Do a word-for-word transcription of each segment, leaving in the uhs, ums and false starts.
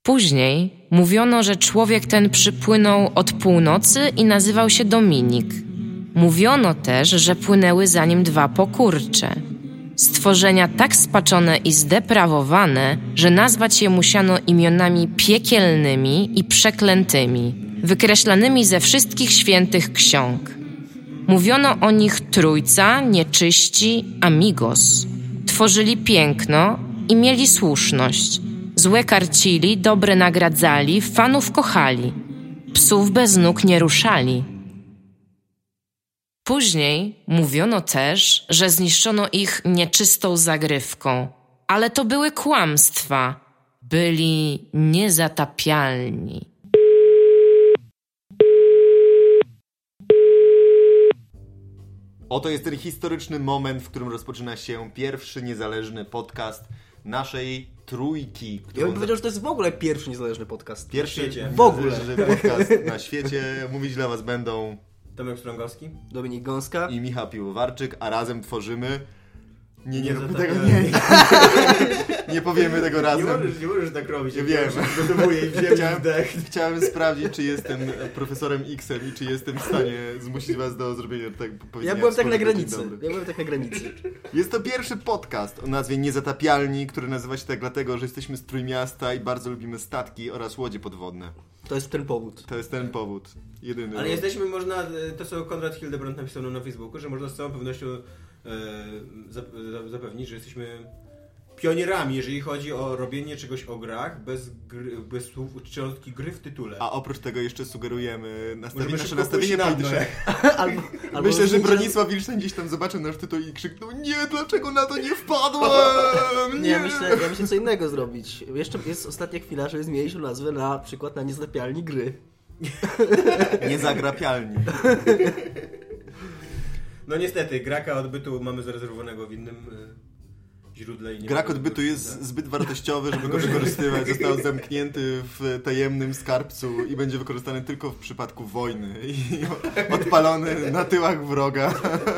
Później mówiono, że człowiek ten przypłynął od północy i nazywał się Dominik. Mówiono też, że płynęły za nim dwa pokurcze. Stworzenia tak spaczone i zdeprawowane, że nazwać je musiano imionami piekielnymi i przeklętymi, wykreślanymi ze wszystkich świętych ksiąg. Mówiono o nich trójca, nieczyści, amigos. Tworzyli piękno i mieli słuszność. Złe karcili, dobre nagradzali, fanów kochali. Psów bez nóg nie ruszali. Później mówiono też, że zniszczono ich nieczystą zagrywką. Ale to były kłamstwa. Byli niezatapialni. Oto jest ten historyczny moment, w którym rozpoczyna się pierwszy niezależny podcast naszej trójki. Ja bym powiedział, że to jest w ogóle pierwszy niezależny podcast. Pierwszy na świecie. W ogóle. niezależny podcast na świecie. Mówić dla was będą Tomek Strągowski, Dominik Gąska i Michał Piłowarczyk, a razem tworzymy... Nie, nie, Nie róbmy zatapiamy. tego, nie. Nie powiemy tego razem. Nie możesz, nie możesz tak robić. Ja wiem. Gotowuję i wziąłem Chciałem, wdech. chciałem sprawdzić, czy jestem profesorem X-em i czy jestem w stanie zmusić was do zrobienia tak Ja byłem tak na wspólnego granicy. dzień dobry. Ja byłem tak na granicy. Jest to pierwszy podcast o nazwie Niezatapialni, który nazywa się tak dlatego, że jesteśmy z Trójmiasta i bardzo lubimy statki oraz łodzie podwodne. To jest ten powód. To jest ten powód. Jedyny. Ale jesteśmy, można, to co Konrad Hildebrand napisał na Facebooku, że można z całą pewnością e, zap- zapewnić, że jesteśmy pionierami, jeżeli chodzi o robienie czegoś o grach bez, gry, bez słów cząstki gry w tytule. A oprócz tego jeszcze sugerujemy nastawienie, nasze szybko nastawienie pójść na polityczne. Albo, albo Myślę, że zdjęcia- Bronisław Wilczyn gdzieś tam zobaczył nasz tytuł i krzyknął: nie, dlaczego na to nie wpadłem? Nie, ja myślę, ja myślę co innego zrobić. Jeszcze jest ostatnia chwila, żeby zmienić nazwę na przykład na Niezatapialni gry. Niezagrapialni. No niestety, graka odbytu mamy zarezerwowanego w innym e, źródle. I nie Grak mamy odbytu go- jest zbyt wartościowy, żeby go wykorzystywać. Został zamknięty w tajemnym skarbcu i będzie wykorzystany tylko w przypadku wojny. I odpalony na tyłach wroga.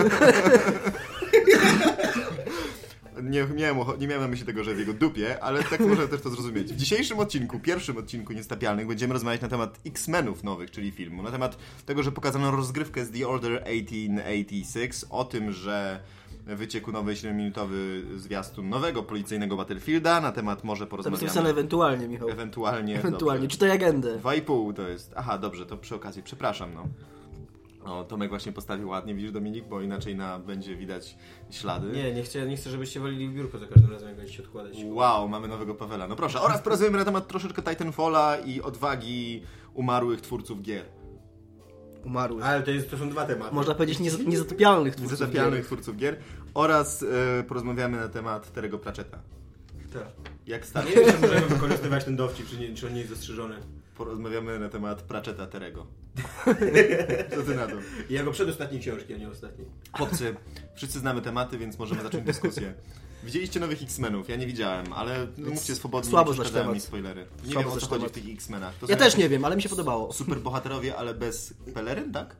Nie, nie, miałem, ocho- nie miałem na myśli tego, że w jego dupie, ale tak można też to zrozumieć. W dzisiejszym odcinku, pierwszym odcinku Niezatapialnych, będziemy rozmawiać na temat X-Menów nowych, czyli filmu. Na temat tego, że pokazano rozgrywkę z The Order tysiąc osiemset osiemdziesiąt sześć, o tym, że wyciekł nowy siedmiominutowy zwiastun nowego policyjnego Battlefielda. Na temat może Tam jest porozmawiamy. napisane ewentualnie, Michał. Ewentualnie. Ewentualnie. Dobrze. Czytaj agendę. Dwa i pół to jest. Aha, dobrze, to przy okazji, przepraszam, no. O, Tomek właśnie postawił ładnie, widzisz, Dominik, bo inaczej na będzie widać ślady. Nie, nie chcę, nie chcę, żebyście walili w biurko za każdym razem, jak będziecie odkładać. Wow, mamy nowego Pawela. No proszę, oraz porozmawiamy na temat troszeczkę Titanfalla i odwagi umarłych twórców gier. Umarły. Ale to, jest, to są dwa tematy. Można powiedzieć niez- niezatapialnych twórców Niezatapialnych gier. twórców gier. Oraz e, porozmawiamy na temat Terry'ego Pratchetta. Tak. Jak stać? Nie wiem, czy możemy wykorzystywać ten dowcip, czy, nie, czy on nie jest zastrzeżony. Porozmawiamy na temat Pratchetta Terry'ego. Co ty na to? I jego przedostatniej książki, a nie ostatniej. Chłopcy, wszyscy znamy tematy, więc możemy zacząć dyskusję. Widzieliście nowych X-Menów? Ja nie widziałem, ale no, mówcie swobodnie, Słabo nie znasz przeszkadzają temat. mi spoilery. Nie Słabo wiem, o co znasz chodzi w temat. tych X-Menach. To Ja są też nie wiem, ale mi się podobało. super bohaterowie, ale bez peleryn, tak?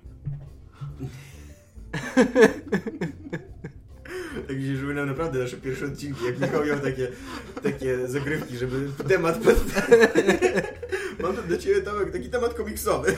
Tak mi się przypominam naprawdę nasze pierwsze odcinki, jak Michał miał takie, takie zagrywki, żeby temat... Pod... Mam tu dla Ciebie, Tomek, taki temat komiksowy.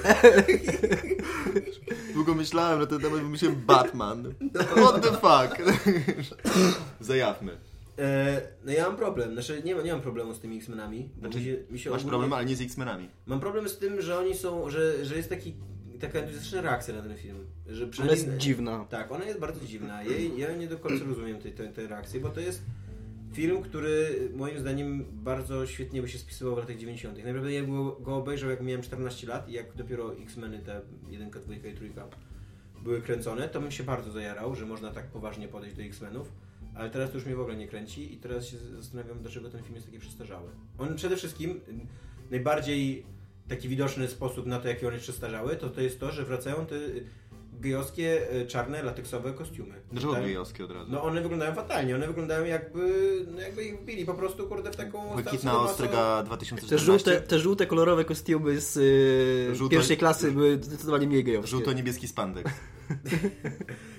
Długo myślałem na ten temat, wymyśliłem Batman. What the fuck? Zajawmy. E, no ja mam problem, znaczy nie, nie mam problemu z tymi X-Menami. Bo Znaczy, mi się, mi się Masz ogólnie... problem, ale nie z X-Menami. Mam problem z tym, że oni są, że, że jest taki, taka entuzjastyczna reakcja na ten film. Że Ona przynajmniej- jest dziwna. Tak, ona jest bardzo dziwna. Ja, ja nie do końca rozumiem tej, tej, tej reakcji, bo to jest film, który moim zdaniem bardzo świetnie by się spisywał w latach dziewięćdziesiątych. Najprawdopodobniej ja go- go obejrzał, jak miałem czternaście lat i jak dopiero X-Meny, te jedynka, dwójka i trójka były kręcone, to bym się bardzo zajarał, że można tak poważnie podejść do X-Menów, ale teraz to już mnie w ogóle nie kręci i teraz się zastanawiam, dlaczego ten film jest taki przestarzały. On przede wszystkim, najbardziej taki widoczny sposób na to, jaki on jest przestarzały, to to jest to, że wracają te gejowskie, czarne, lateksowe kostiumy. Dlaczego Tak? gejowskie od razu? No one wyglądają fatalnie, one wyglądają jakby, no jakby ich wbili po prostu, kurde, w taką... Błękitna starszą Ostryga dwa tysiące Te czternaście. żółte, te żółte kolorowe kostiumy z yy, Żółto- pierwszej klasy były zdecydowanie mniej gejowskie. Żółto-niebieski spandek.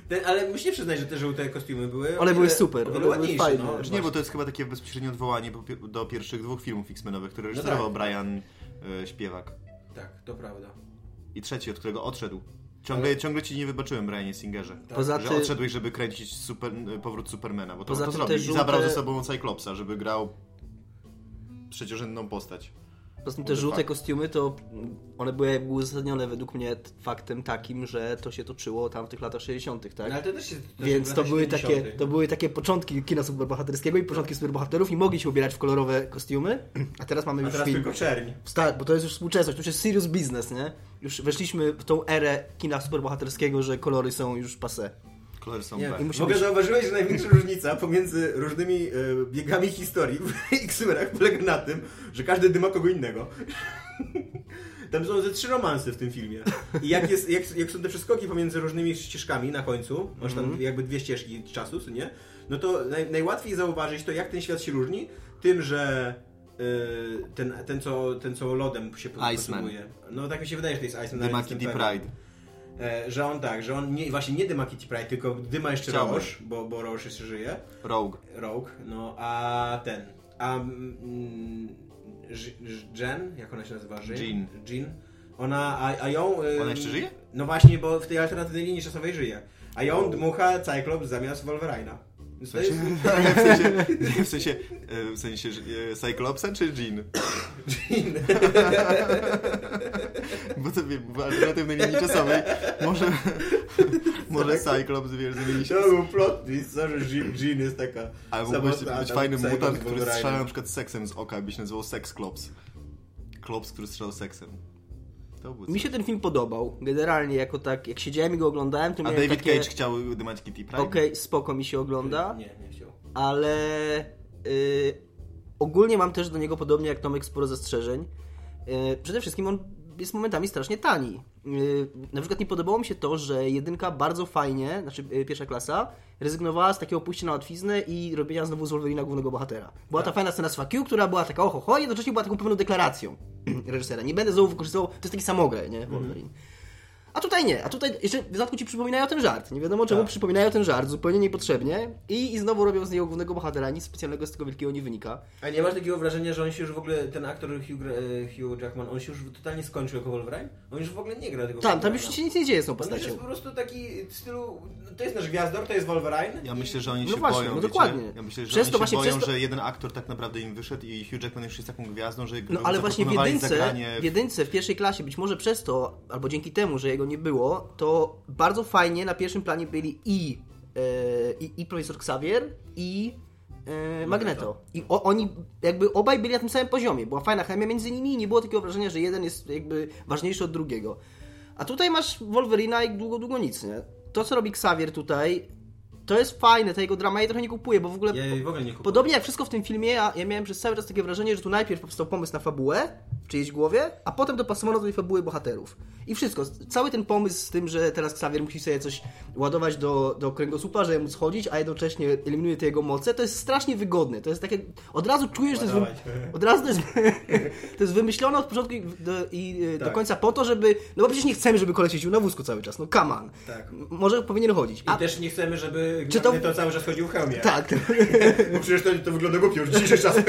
Ten, ale musicie przyznać, że te żółte kostiumy były... One były super, o one wiele były ładniejsze, fajne. no. Znaczy nie, bo to jest chyba takie bezpośrednie odwołanie po- do pierwszych dwóch filmów X-Menowych, które No reżyserował tak. Brian e, Śpiewak. Tak, to prawda. I trzeci, od którego odszedł. Ciągle, Ale- ciągle ci nie wybaczyłem, Brianie Singerze. Poza Że tym- odszedłeś, żeby kręcić super, powrót Supermana, bo to Poza on to tym zrobił. te I żółte- zabrał ze sobą Cyclopsa, żeby grał trzeciorzędną postać. Poza tym What te the żółte fuck? kostiumy to one były uzasadnione według mnie t- faktem takim, że to się toczyło tam w tych latach sześćdziesiątych, tak? No, ale to też się, to Więc się to w były, latach takie, siedemdziesiątych. to były takie początki kina superbohaterskiego i początki superbohaterów i mogli się ubierać w kolorowe kostiumy, a teraz mamy A już teraz film. tylko czerń. Sta- bo to jest już współczesność, to już jest serious business, nie? Już weszliśmy w tą erę kina superbohaterskiego, że kolory są już passé. Kolory są Nie, B. I musi w ogóle być- zauważyłeś, że największa różnica pomiędzy różnymi e, biegami historii w X-Menach polega na tym, że każdy dyma kogo innego. Tam są ze trzy romanse w tym filmie. I jak, jest, jak, jak są te przeskoki pomiędzy różnymi ścieżkami na końcu, masz tam Mhm. jakby dwie ścieżki czasu, co nie? No to naj, najłatwiej zauważyć to, jak ten świat się różni, tym, że e, ten, ten, co, ten, co lodem się Iceman. posługuje. No tak mi się wydaje, że to jest Iceman. The ale Kitty jestem pewien. Pride. E, że on tak, że on nie, właśnie nie dyma Kitty Pryde, tylko dyma jeszcze Chciałbym. Roche, bo, bo Roche jeszcze żyje. Rogue. Rogue, no a ten, a mm, J- Jen, jak ona się nazywa? Jean. Jean. Ona, a, a ją... ym, Ona jeszcze żyje? No właśnie, bo w tej alternatywnej linii czasowej żyje. A ją dmucha Cyclops zamiast Wolverina. Więc to jest... W sensie, nie, w sensie, e, w sensie że, e, Cyclopsa czy Jean? Jean. Bo to wiem, w alternatywnej linii czasowej może, może Cyclops, wiesz, zamieni się. To był plot twist, co, że Jean, Jean jest taka... Ale mógłbyś samotna, być a fajny Cyclops mutant, z który Wolverinem. strzela na przykład seksem z oka, by się nazywał Sex Klops. Klops, który strzelał seksem. To był Mi się ten film podobał, generalnie jako tak, jak siedziałem i go oglądałem, to A miałem David takie... Cage chciał dymać Kitty Pryde? Okej, spoko mi się ogląda, Nie, nie chciał. ale y, ogólnie mam też do niego podobnie jak Tomek sporo zastrzeżeń. Y, przede wszystkim on jest momentami strasznie tani. Y, na przykład nie podobało mi się to, że jedynka bardzo fajnie, znaczy y, pierwsza klasa, rezygnowała z takiego pójścia na łatwiznę i robienia znowu z Wolverina głównego bohatera. Była ta fajna scena z Fuck You, która była taka oho, ho, jednocześnie była taką pewną deklaracją reżysera. Nie będę znowu wykorzystywał, to jest taki samograj, nie? Wolverine. A tutaj nie, a tutaj jeszcze w dodatku ci przypominają ten żart. Nie wiadomo czemu Tak. przypominają ten żart, zupełnie niepotrzebnie. I, I znowu robią z niego głównego bohatera, nic specjalnego z tego wielkiego nie wynika. A nie masz takiego wrażenia, że on się już w ogóle, ten aktor Hugh, e, Hugh Jackman, on się już totalnie skończył jako Wolverine? On już w ogóle nie gra tego Tam, tam Wolverina. już się nic nie dzieje z tą On już postacią. jest po prostu taki w stylu, no to jest nasz gwiazdor, to jest Wolverine. Ja myślę, że oni No się właśnie, boją, no wiecie? dokładnie. Ja myślę, że Przez oni to się właśnie boją, przez to- że jeden aktor tak naprawdę im wyszedł i Hugh Jackman już jest taką gwiazdą, że No ale właśnie w zaproponowali jedynce, zagranie w jedynce, w pierwszej klasie, być może przez to, albo dzięki temu, że jego nie było, to bardzo fajnie na pierwszym planie byli i, e, i, i profesor Xavier, i e, Magneto. I o, oni jakby obaj byli na tym samym poziomie. Była fajna chemia między nimi i nie było takiego wrażenia, że jeden jest jakby ważniejszy od drugiego. A tutaj masz Wolverina i długo, długo nic, nie? To, co robi Xavier tutaj, to jest fajne, ta jego drama ja trochę nie kupuję, bo w ogóle... Ja jej w ogóle nie kupuję. Podobnie jak wszystko w tym filmie, ja, ja miałem przez cały czas takie wrażenie, że tu najpierw powstał pomysł na fabułę w czyjejś głowie, a potem dopasowano do tej fabuły bohaterów. I wszystko. Cały ten pomysł z tym, że teraz Xavier musi sobie coś ładować do, do kręgosłupa, żeby móc chodzić, a jednocześnie eliminuje te jego moce, to jest strasznie wygodne. To jest takie... Od razu czujesz, że to jest... Wy... Od razu to jest... to jest wymyślone od początku i do, i do Tak. końca po to, żeby... No bo przecież nie chcemy, żeby koleś jeździł na wózku cały czas. No come on. Tak. M- Może powinien chodzić. I też nie chcemy, żeby Czy to- Magneto cały czas chodził w hełmie. Tak. Bo przecież to, to wygląda głupio już w dzisiejszych czasach.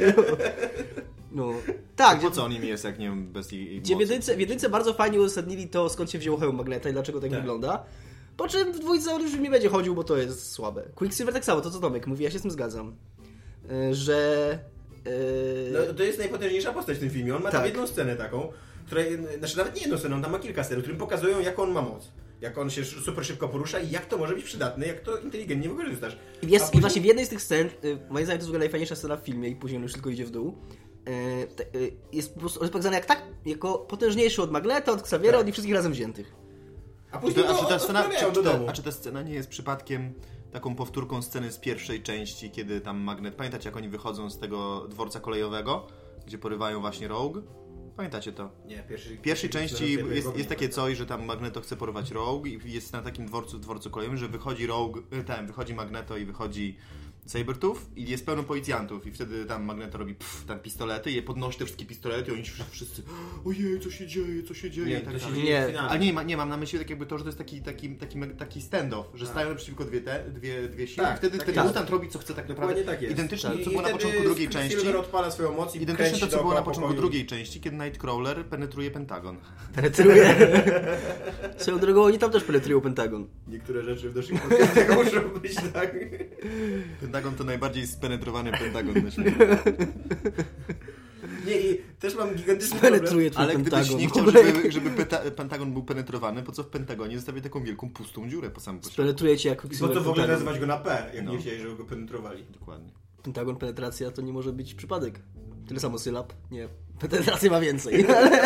No. Tak. Po co on im jest, jak nie wiem, bez jej jej Gdzie w mocy? jedynce, w jedynce bardzo fajnie uzasadnili to, skąd się wziął hełm Magneta i dlaczego tak, Tak. wygląda. Po czym w dwójce on już nie będzie chodził, bo to jest słabe. Quicksilver tak samo, to co Tomek mówi, ja się z tym zgadzam. Yy, że... Yy... No, to jest najpotężniejsza postać w tym filmie. On ma tam Tak. jedną scenę taką, której, znaczy nawet nie jedną scenę, on tam ma kilka scen, w którym pokazują, jak on ma moc. Jak on się super szybko porusza i jak to może być przydatne, jak to inteligentnie wykorzystasz. I, A jest, później- I właśnie w jednej z tych scen, yy, moim zdaniem to jest w ogóle najfajniejsza scena w filmie i później on już tylko idzie w dół, yy, te, yy, jest po prostu on jest pokazany jak tak, jako potężniejszy od Magneta, od Xaviera, Tak. od nich wszystkich razem wziętych. A Czy później to, a, go czy ta scena, odprawiają czy, do czy ta, domu. a czy ta scena nie jest przypadkiem taką powtórką sceny z pierwszej części, kiedy tam Magnet... Pamiętacie, jak oni wychodzą z tego dworca kolejowego, gdzie porywają właśnie Rogue? Pamiętacie to? Nie, pierwszy, W pierwszej części pierwszy- jest, pierwszy- jest takie coś, że tam Magneto chce porwać Rogue i jest na takim dworcu, dworcu kolejowym, że wychodzi Rogue, y, ten, wychodzi Magneto i wychodzi Sabertooth i jest pełno policjantów i wtedy tam Magneto robi pff, tam pistolety i je podnosi te wszystkie pistolety i oni wszyscy ojej, co się dzieje, co się dzieje Nie, i tak to się dalej. dzieje Nie. w finale. Ale nie, ma, nie, mam na myśli tak jakby to, że to jest taki, taki, taki, taki stand-off, że Tak. stają naprzeciwko dwie, te, dwie, dwie siły Tak, i wtedy, tak wtedy jest. mutant robi co chce tak naprawdę. Dokładnie tak jest. Identycznie Tak. to, co I było na wtedy początku drugiej Silver części. odpala swoją moc i Identyczne kręci to, co było dookoła na początku pokoju. drugiej części, kiedy Nightcrawler penetruje Pentagon. Penetruje. Swoją drogą oni tam też penetrują Pentagon. Niektóre rzeczy w naszych podcastach muszą być tak. Pentagon to najbardziej spenetrowany Pentagon na świecie. Nie, i też mam gigantyczny Penetruje problem. twój Ale Pentagon. gdybyś nie chciał, żeby, żeby peta- Pentagon był penetrowany, po co w Pentagonie zostawię taką wielką, pustą dziurę po samym początku? Penetruje cię jak Po co Quicksilver w ogóle Pentagon. nazywać go na P, jak No. nie chcieli, żeby go penetrowali. Dokładnie. Pentagon, penetracja to nie może być przypadek. Tyle samo sylab? Nie. Penetracja ma więcej.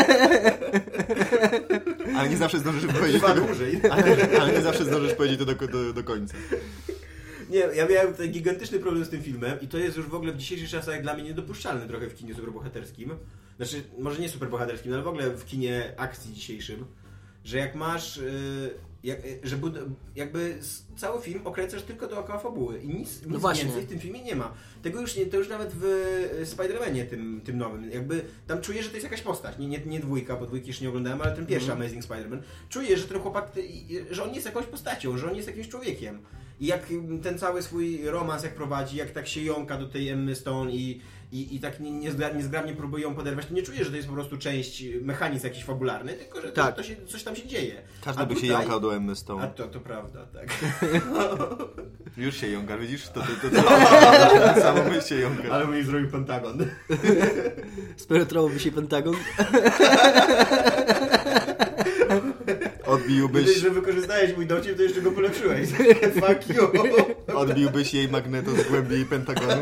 Ale nie zawsze zdążysz powiedzieć Trwa tego, dłużej. ale, ale nie zawsze zdążysz powiedzieć to do, do, do końca. Nie, ja miałem ten gigantyczny problem z tym filmem i to jest już w ogóle w dzisiejszych czasach dla mnie niedopuszczalne trochę w kinie superbohaterskim. Znaczy, może nie superbohaterskim, ale w ogóle w kinie akcji dzisiejszym, że jak masz, yy, jak, yy, że bud- jakby s- cały film okręcasz tylko dookoła fabuły i nic, nic No właśnie. więcej w tym filmie nie ma. Tego już nie, to już nawet w y, Spider-Manie tym, tym nowym, jakby tam czuję, że to jest jakaś postać, nie, nie, nie dwójka, bo dwójki jeszcze nie oglądałem, ale ten pierwszy Mhm. Amazing Spider-Man. Czuję, że ten chłopak, ty- y, że on jest jakąś postacią, że on jest jakimś człowiekiem. I jak ten cały swój romans jak prowadzi, jak tak się jąka do tej Emmy Stone i, i, i tak nie- niezgra- niezgrabnie próbuje ją poderwać, to nie czuję, że to jest po prostu część, mechanizm jakiś fabularny, tylko że to, Tak. to się, coś tam się dzieje. Każdy A by się tutaj- jąkał do Emmy A Stone. to, to prawda, tak. Już się jąka, widzisz? To, to, to, to, to, to samo byś się jąkał. Ale mi zrobił Pentagon. Spenetrowałby się Pentagon. Odbiłbyś, Myślę, że wykorzystałeś mój dowcip, to jeszcze go polepszyłeś. Fuck you. odbiłbyś jej magneto z głębi jej Pentagonu.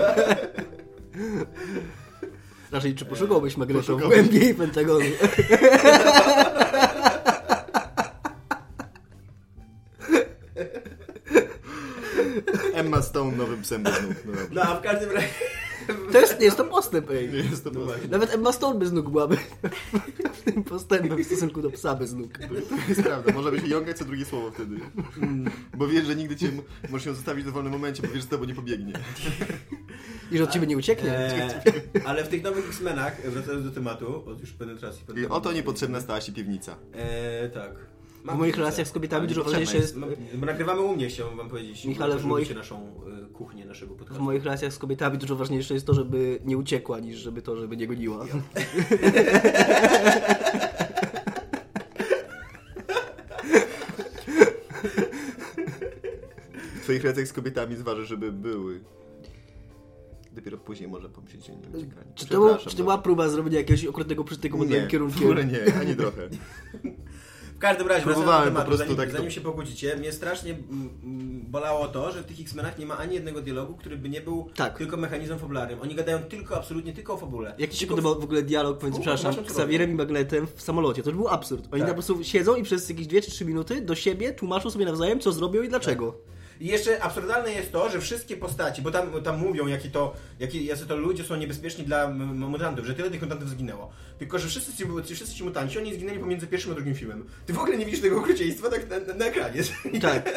Raczej, czy poszukałbyś Magneto w Poszukałbyś. głębiej Pentagonu? Emma Stone nowym psem bez nóg. No dobrze. No a w każdym razie... To jest, nie jest to postęp, ej. Nie jest to No proste. właśnie. Nawet Emma Stone bez nóg byłaby tym postępem w stosunku do psa bez nóg. To jest prawda, może by się jąkać co drugie słowo wtedy. Bo wiesz, że nigdy cię możesz ją zostawić w dowolnym momencie, bo wiesz, że z tobą nie pobiegnie. I że od ciebie nie ucieknie. Eee, ale w tych nowych X-Menach, wracając do tematu, od już penetracji. I Pentagonu. oto niepotrzebna stała się piwnica. Eee, tak. W moich relacjach z kobietami dużo potrzebna ważniejsze jest... jest. Bo nagrywamy u mnie, chciałbym wam powiedzieć. Michale, w że moich- lubicie naszą y, kuchnię, naszego W podcastu. moich relacjach z kobietami dużo ważniejsze jest to, żeby nie uciekła, niż żeby to, żeby nie goniła. W twoich relacjach z kobietami zważy, żeby były. Dopiero później można pomyśleć, że nie uciekanie. Czy to, był, Przepraszam, czy to była próba zrobienia jakiegoś okrutnego przytyku pod moim Nie, w kierunkiem? ogóle nie, ani trochę. W każdym razie, wracając do Próbowałem tematu, po prostu zanim, tak to- zanim się pokłócicie, mnie strasznie mm, mm, bolało to, że w tych X-Menach nie ma ani jednego dialogu, który by nie był Tak. tylko mechanizmem fabularnym. Oni gadają tylko, absolutnie tylko o fabule. Jak ci się Tylko podobał w ogóle dialog, powiedz, U, przepraszam, przepraszam, co Xavierem i Magnetem w samolocie? To już był absurd. Oni Tak. po prostu siedzą i przez jakieś dwie czy trzy minuty do siebie tłumaczą sobie nawzajem, co zrobią i dlaczego. I jeszcze absurdalne jest to, że wszystkie postaci, bo tam, tam mówią, jakie to, jakie, jacy to ludzie są niebezpieczni dla m- m- mutantów, że tyle tych mutantów zginęło. Tylko, że wszyscy ci, ci, wszyscy ci mutanci, oni zginęli pomiędzy pierwszym a drugim filmem. Ty w ogóle nie widzisz tego okrucieństwa tak na, na, na ekranie. Tak.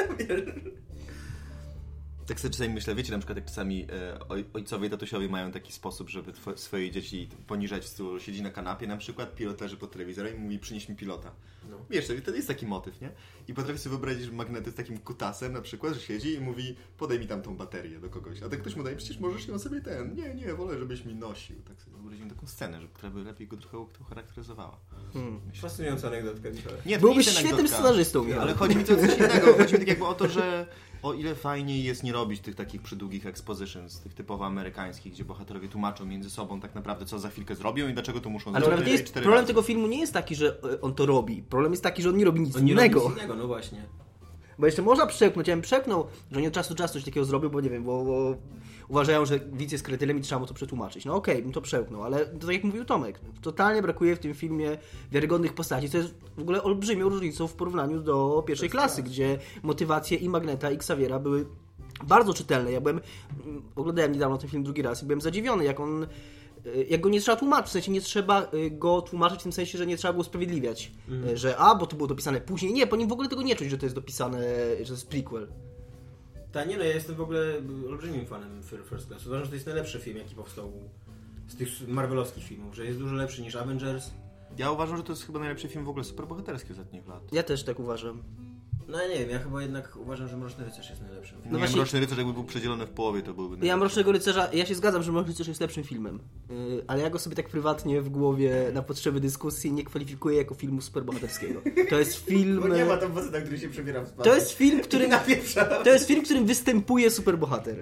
Tak sobie czasami myślę, wiecie, na przykład jak czasami e, oj, ojcowie, tatusiowie mają taki sposób, żeby tw- swoje dzieci poniżać, w stylu siedzi na kanapie na przykład, pilot leży pod telewizorem i mówi przynieś mi pilota. No. Wiesz, to jest taki motyw, nie? I potrafię sobie wyobrazić, że Magnet jest takim kutasem na przykład, że siedzi i mówi podaj mi tam tą baterię do kogoś, a tak ktoś mu daje, przecież możesz ją sobie ten, nie, nie, wolę, żebyś mi nosił. Tak sobie wyobrazimy taką scenę, żeby, która by lepiej go trochę charakteryzowała. Hmm. Fascynująca anegdotka, Michał. Nie, to Byłbyś nie jest świetnym anegdotka. scenarzystą, Michał. Ale chodzi mi tu o coś innego. Chodzi mi tak jakby o to, że o ile fajniej jest nie robić tych takich przydługich expositions, tych typowo amerykańskich, gdzie bohaterowie tłumaczą między sobą tak naprawdę, co za chwilkę zrobią i dlaczego to muszą Ale zrobić. nawet nie jest, cztery problem razy. tego filmu nie jest taki, że e, on to robi. Problem jest taki, że on nie robi nic On nie innego. robi nic innego, no właśnie. Bo jeszcze można przepchnąć, ja bym przepchnął, że oni od czasu do czasu coś takiego zrobił, bo nie wiem, bo, bo uważają, że widz jest kretynem i trzeba mu to przetłumaczyć. No okej, bym to przełknął, ale to tak jak mówił Tomek, totalnie brakuje w tym filmie wiarygodnych postaci, co jest w ogóle olbrzymią różnicą w porównaniu do pierwszej klasy, gdzie motywacje i Magneta i Xaviera były bardzo czytelne. Ja byłem, mm, oglądałem niedawno ten film drugi raz i byłem zadziwiony, jak on jak go nie trzeba tłumaczyć, w sensie nie trzeba go tłumaczyć w tym sensie, że nie trzeba go usprawiedliwiać, mm. że a, bo to było dopisane później. Nie, po nim w ogóle tego nie czuć, że to jest dopisane, że to jest prequel. Ta, nie no, ja jestem w ogóle olbrzymim fanem First Class. Uważam, że to jest najlepszy film, jaki powstał z tych marvelowskich filmów, że jest dużo lepszy niż Avengers. Ja uważam, że to jest chyba najlepszy film w ogóle superbohaterski ostatnich lat. Ja też tak uważam. No ja nie wiem, ja chyba jednak uważam, że Mroczny Rycerz jest najlepszym. No No nie, właśnie- Mroczny Rycerz jakby był przedzielony w połowie, to byłby... Ja Mrocznego Rycerza, ja się zgadzam, że Mroczny Rycerz jest lepszym filmem, yy, ale ja go sobie tak prywatnie w głowie na potrzeby dyskusji nie kwalifikuję jako filmu superbohaterskiego. To jest film... Bo nie ma tam faceta, który się przebiera w spadek. To jest film, który... To jest film, w którym występuje superbohater.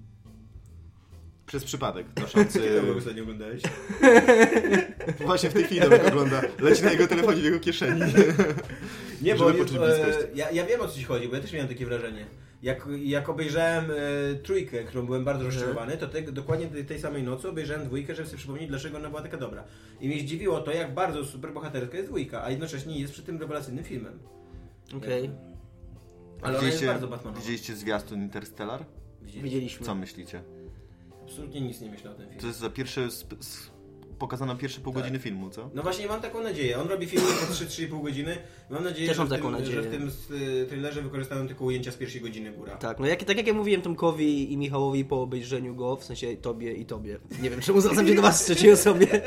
Przez przypadek, noszący... Kiedy ostatnio oglądałeś? Właśnie w tej chwili Tomek ogląda. Leci na jego telefonie w jego kieszeni. Nie, Żeby bo poczuć e, bliskość. ja, ja wiem, o co ci chodzi, bo ja też miałem takie wrażenie. Jak, jak obejrzałem e, trójkę, którą byłem bardzo rozczarowany, to te, dokładnie tej, tej samej nocy obejrzałem dwójkę, żeby sobie przypomnieć, dlaczego ona była taka dobra. I mnie zdziwiło to, jak bardzo superbohaterska jest dwójka, a jednocześnie jest przy tym rewelacyjnym filmem. Okej, okay. Ale ona jest bardzo Batmanowa. Widzieliście zwiastun Interstellar? Widzieliśmy. Co myślicie? Absolutnie nic nie myślę o tym filmie. To jest za pierwsze... Sp- s- pokazano pierwsze pół Tak. godziny filmu, co? No właśnie mam taką nadzieję. On robi film po trzy do trzech i pół godziny. Mam nadzieję, Też że, mam w taką tym, nadzieję. że w tym y, trailerze wykorzystają tylko ujęcia z pierwszej godziny góra. Tak, no jak, tak jak ja mówiłem Tomkowi i Michałowi po obejrzeniu go, w sensie tobie i tobie. Nie wiem, czemu zwracam się do was w trzeciej osobie.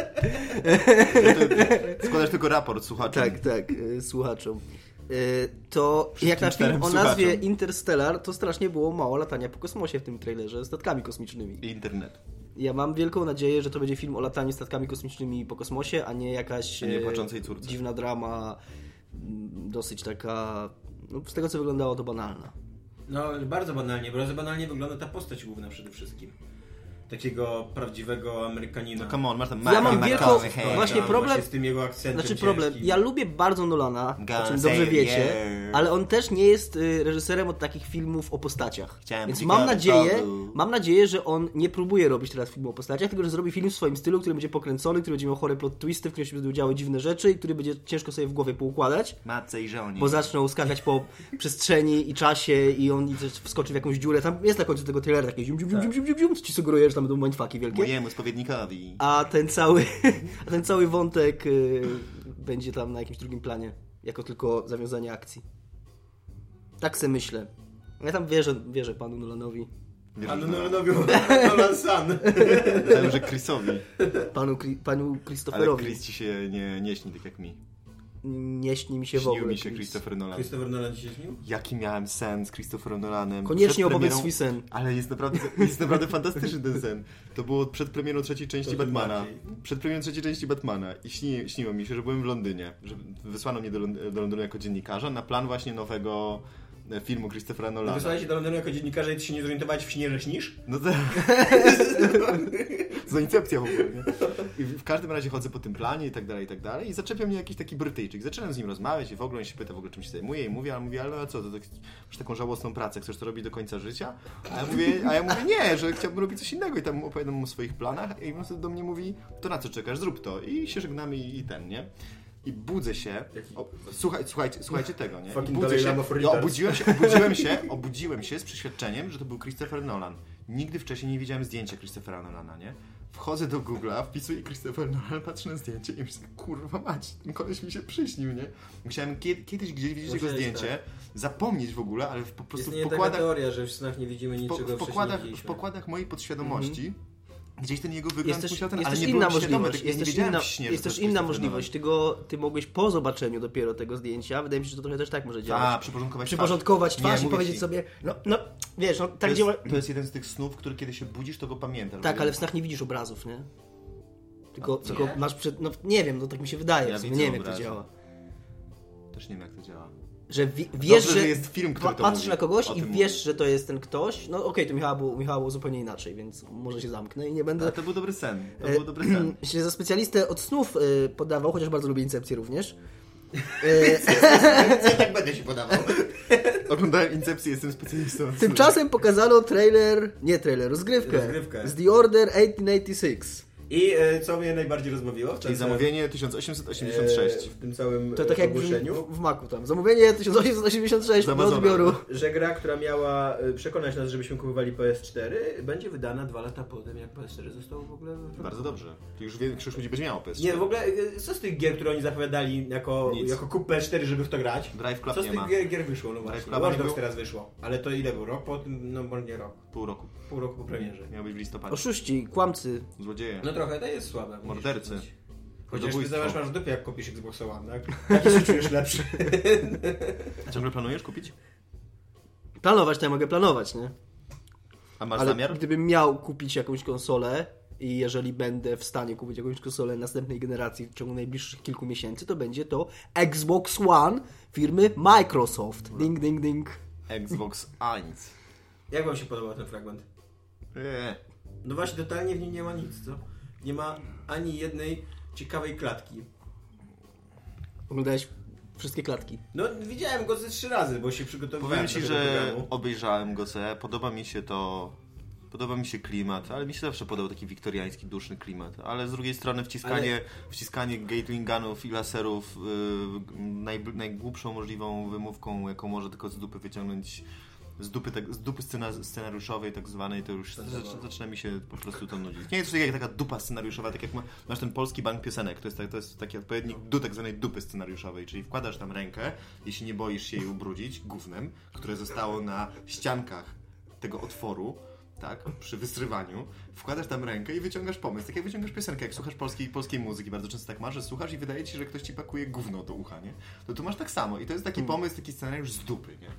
Składasz tylko raport słuchaczom. Tak, tak, y, słuchaczom. Y, to Wszystkim jak na film czterem o nazwie słuchaczom. Interstellar, to strasznie było mało latania po kosmosie w tym trailerze statkami kosmicznymi. I internet. Ja mam wielką nadzieję, że to będzie film o lataniu statkami kosmicznymi po kosmosie, a nie jakaś A nie e, płaczącej córce. dziwna drama, m, dosyć taka, no, z tego co wyglądało to banalna. No bardzo banalnie, bo bardzo banalnie wygląda ta postać główna przede wszystkim. Takiego prawdziwego Amerykanina. No come on, masz tam Ja mam Matthew wielką- McConaughey. właśnie Tam problem- Właśnie z tym jego akcentem Znaczy problem, ciężkim. ja lubię bardzo Nolana, Gonna o czym say dobrze wiecie, yeah. ale on też nie jest y, reżyserem od takich filmów o postaciach. Chciałem Więc być mam ciekawy, nadzieję, Paweł. mam nadzieję, że on nie próbuje robić teraz filmu o postaciach, tylko że zrobi film w swoim stylu, który będzie pokręcony, który będzie miał chore plot twisty, w którym się będą działy dziwne rzeczy i który będzie ciężko sobie w głowie poukładać. Matce i żonie. Bo zaczną skakać po przestrzeni i czasie i on i też wskoczy w jakąś dziurę. Tam jest na końcu tego trailera takie zium, zium, zium, zium, zium, zium, co ci sugeruje, że tam będą mindfucki wielkie. Mojemu spowiednikowi. A ten cały, a ten cały wątek y, będzie tam na jakimś drugim planie, jako tylko zawiązanie akcji. Tak se myślę. Ja tam wierzę, wierzę panu Nolanowi. A no, no, no, no, Nolan Sun. Myślałem, że Chrisowi. Panu, Kri- panu Ale Christopherowi. Chris ci się nie, nie śni tak jak mi. Nie śni mi się w Śnił ogóle. mi się Chris. Christopher Nolan. Christopher Nolan ci się śnił? Jaki miałem sen z Christopherem Nolanem. Koniecznie Przed opowiedz premierą- swój sen. Ale jest naprawdę, jest naprawdę fantastyczny ten sen. To było przed premierą trzeciej części To tym Batmana. bardziej. Przed premierą trzeciej części Batmana. I śni, śniło mi się, że byłem w Londynie. Że wysłano mnie do, Lond- do Londynu jako dziennikarza na plan właśnie nowego e, filmu Christophera Nolana. Wysłałeś się do Londynu jako dziennikarza i ty się nie zorientowałeś w śnie, że śnisz? No to... To incepcja w ogóle, nie? I w każdym razie chodzę po tym planie i tak dalej, i tak dalej i zaczepia mnie jakiś taki Brytyjczyk. Zaczynam z nim rozmawiać i w ogóle on się pyta w ogóle czym się zajmuje i mówię, a on mówi, ale a co, to tak, masz taką żałosną pracę, chcesz to robić do końca życia? A ja mówię, a ja mówię nie, że chciałbym robić coś innego i tam opowiadam mu o swoich planach i on wtedy do mnie mówi, to na co czekasz, zrób to i się żegnamy i, i ten, nie? I budzę się, o, słuchaj, słuchajcie, słuchajcie tego, nie? I Fucking budzę Dalai się, Lama for i retards. obudziłem się, obudziłem się, obudziłem się z przeświadczeniem, że to był Christopher Nolan. Nigdy wcześniej nie widziałem zdjęcia Christophera Nolana, nie? Wchodzę do Google'a, wpisuję Christopher Nolan, patrzę na zdjęcie i myślę, kurwa mać, ten koleś mi się przyśnił, nie? Musiałem kiedy, kiedyś gdzieś widzieć jego Musiałeś, zdjęcie, tak. zapomnieć w ogóle, ale w, po prostu Istnieje w taka pokładach, teoria, że w snach nie widzimy w, po, niczego w, pokładach, wcześniej w widzieliśmy. pokładach mojej podświadomości gdzieś ten jego wygląd Jest też, musiał ten, jest ale też nie inna byłem świadomy, możliwość. tak, ja Jest nie też wiedziałem inna, w śnie, że jest to też jest inna Christopher możliwość. Ty, go, ty mogłeś po zobaczeniu dopiero tego zdjęcia. Wydaje mi się, że to trochę też tak może Nolan. działać. A, przyporządkować Przyporządkować twarz i mówię powiedzieć ci. sobie, no, no, wiesz, no, To tak jest, działa. to jest jeden z tych snów, który kiedy się budzisz, to go pamiętasz. Tak, Bo- ale w snach nie widzisz obrazów, nie? Tylko, A, tylko nie? masz przed, no nie wiem, no tak mi się wydaje, Ja w sumie, widzę nie wiem jak to obrazy. działa. Też nie wiem, jak to działa. Że wi- wiesz, Dobrze, że, że jest film, który pa- to patrzysz mówi. na kogoś O i tym wiesz, mówi. że to jest ten ktoś, no okej, to Michała było, Michała było zupełnie inaczej, więc może się zamknę i nie będę Ale to był dobry sen. To E, był dobry sen. się za specjalistę od snów y, podawał, chociaż bardzo lubię Incepcję również. Y, Ja tak będę się podawał. Oglądałem Incepcję, jestem specjalistą. od tymczasem pokazano trailer, nie trailer, rozgrywkę, Rozgrywkę. z The Order tysiąc osiemset osiemdziesiąt sześć. I e, co mnie najbardziej rozbawiło? Czyli zamówienie tysiąc osiemset osiemdziesiąt sześć. E, w tym całym To tak jak ogłoszeniu. w, w Macu tam. Zamówienie tysiąc osiemset osiemdziesiąt sześć do odbioru. Że gra, która miała przekonać nas, żebyśmy kupowali P S cztery, będzie wydana dwa lata potem, jak P S cztery zostało w ogóle... Bardzo dobrze. To już większość ludzi będzie miało P S cztery. Nie, w ogóle co z tych gier, które oni zapowiadali jako, jako kup P S cztery, żeby w to grać? Drive Club co z nie tych ma. gier, gier wyszło? No właśnie. Club Watch nie Dogs był? teraz wyszło. Ale to ile był? Rok po tym? No może nie rok. Pół roku. Pół roku po premierze. Miał być w listopadzie. Oszuści, kłamcy. Złodzieje. No trochę to jest słabe. Mordercy. Chociaż ty Ludobójstwo. zobacz, masz w dupie, jak kupisz Xbox One, tak? Jaki się czujesz lepszy? A ciągle planujesz kupić? Planować to ja mogę planować, nie? A masz Ale zamiar? gdybym miał kupić jakąś konsolę i jeżeli będę w stanie kupić jakąś konsolę następnej generacji w ciągu najbliższych kilku miesięcy, to będzie to Xbox One firmy Microsoft. Ding, ding, ding. Xbox jeden. Jak wam się podobał ten fragment? Eee. No właśnie, totalnie w nim nie ma nic, co? Nie ma ani jednej ciekawej klatki. Oglądałeś wszystkie klatki. No widziałem go ze trzy razy, bo się przygotowywałem Powiem ci, do tego że programu. obejrzałem go se. Podoba mi się to... Podoba mi się klimat, ale mi się zawsze podobał taki wiktoriański, duszny klimat. Ale z drugiej strony wciskanie, ale... wciskanie Gatling gunów i laserów yy, naj, najgłupszą możliwą wymówką, jaką może tylko z dupy wyciągnąć, z dupy, tak, z dupy scena, scenariuszowej tak zwanej, to już zaczyna, zaczyna mi się po prostu to nudzić. Nie jest to jak taka dupa scenariuszowa, tak jak ma, masz ten polski bank piosenek, to jest, tak, to jest taki odpowiednik do tak zwanej dupy scenariuszowej, czyli wkładasz tam rękę, jeśli nie boisz się jej ubrudzić gównem, które zostało na ściankach tego otworu, tak, przy wysrywaniu, wkładasz tam rękę i wyciągasz pomysł. Tak jak wyciągasz piosenkę, jak słuchasz polskiej, polskiej muzyki, bardzo często tak masz, że słuchasz i wydaje ci się, że ktoś ci pakuje gówno do ucha, nie? To tu masz tak samo i to jest taki Hmm. pomysł, taki scenariusz z dupy, nie?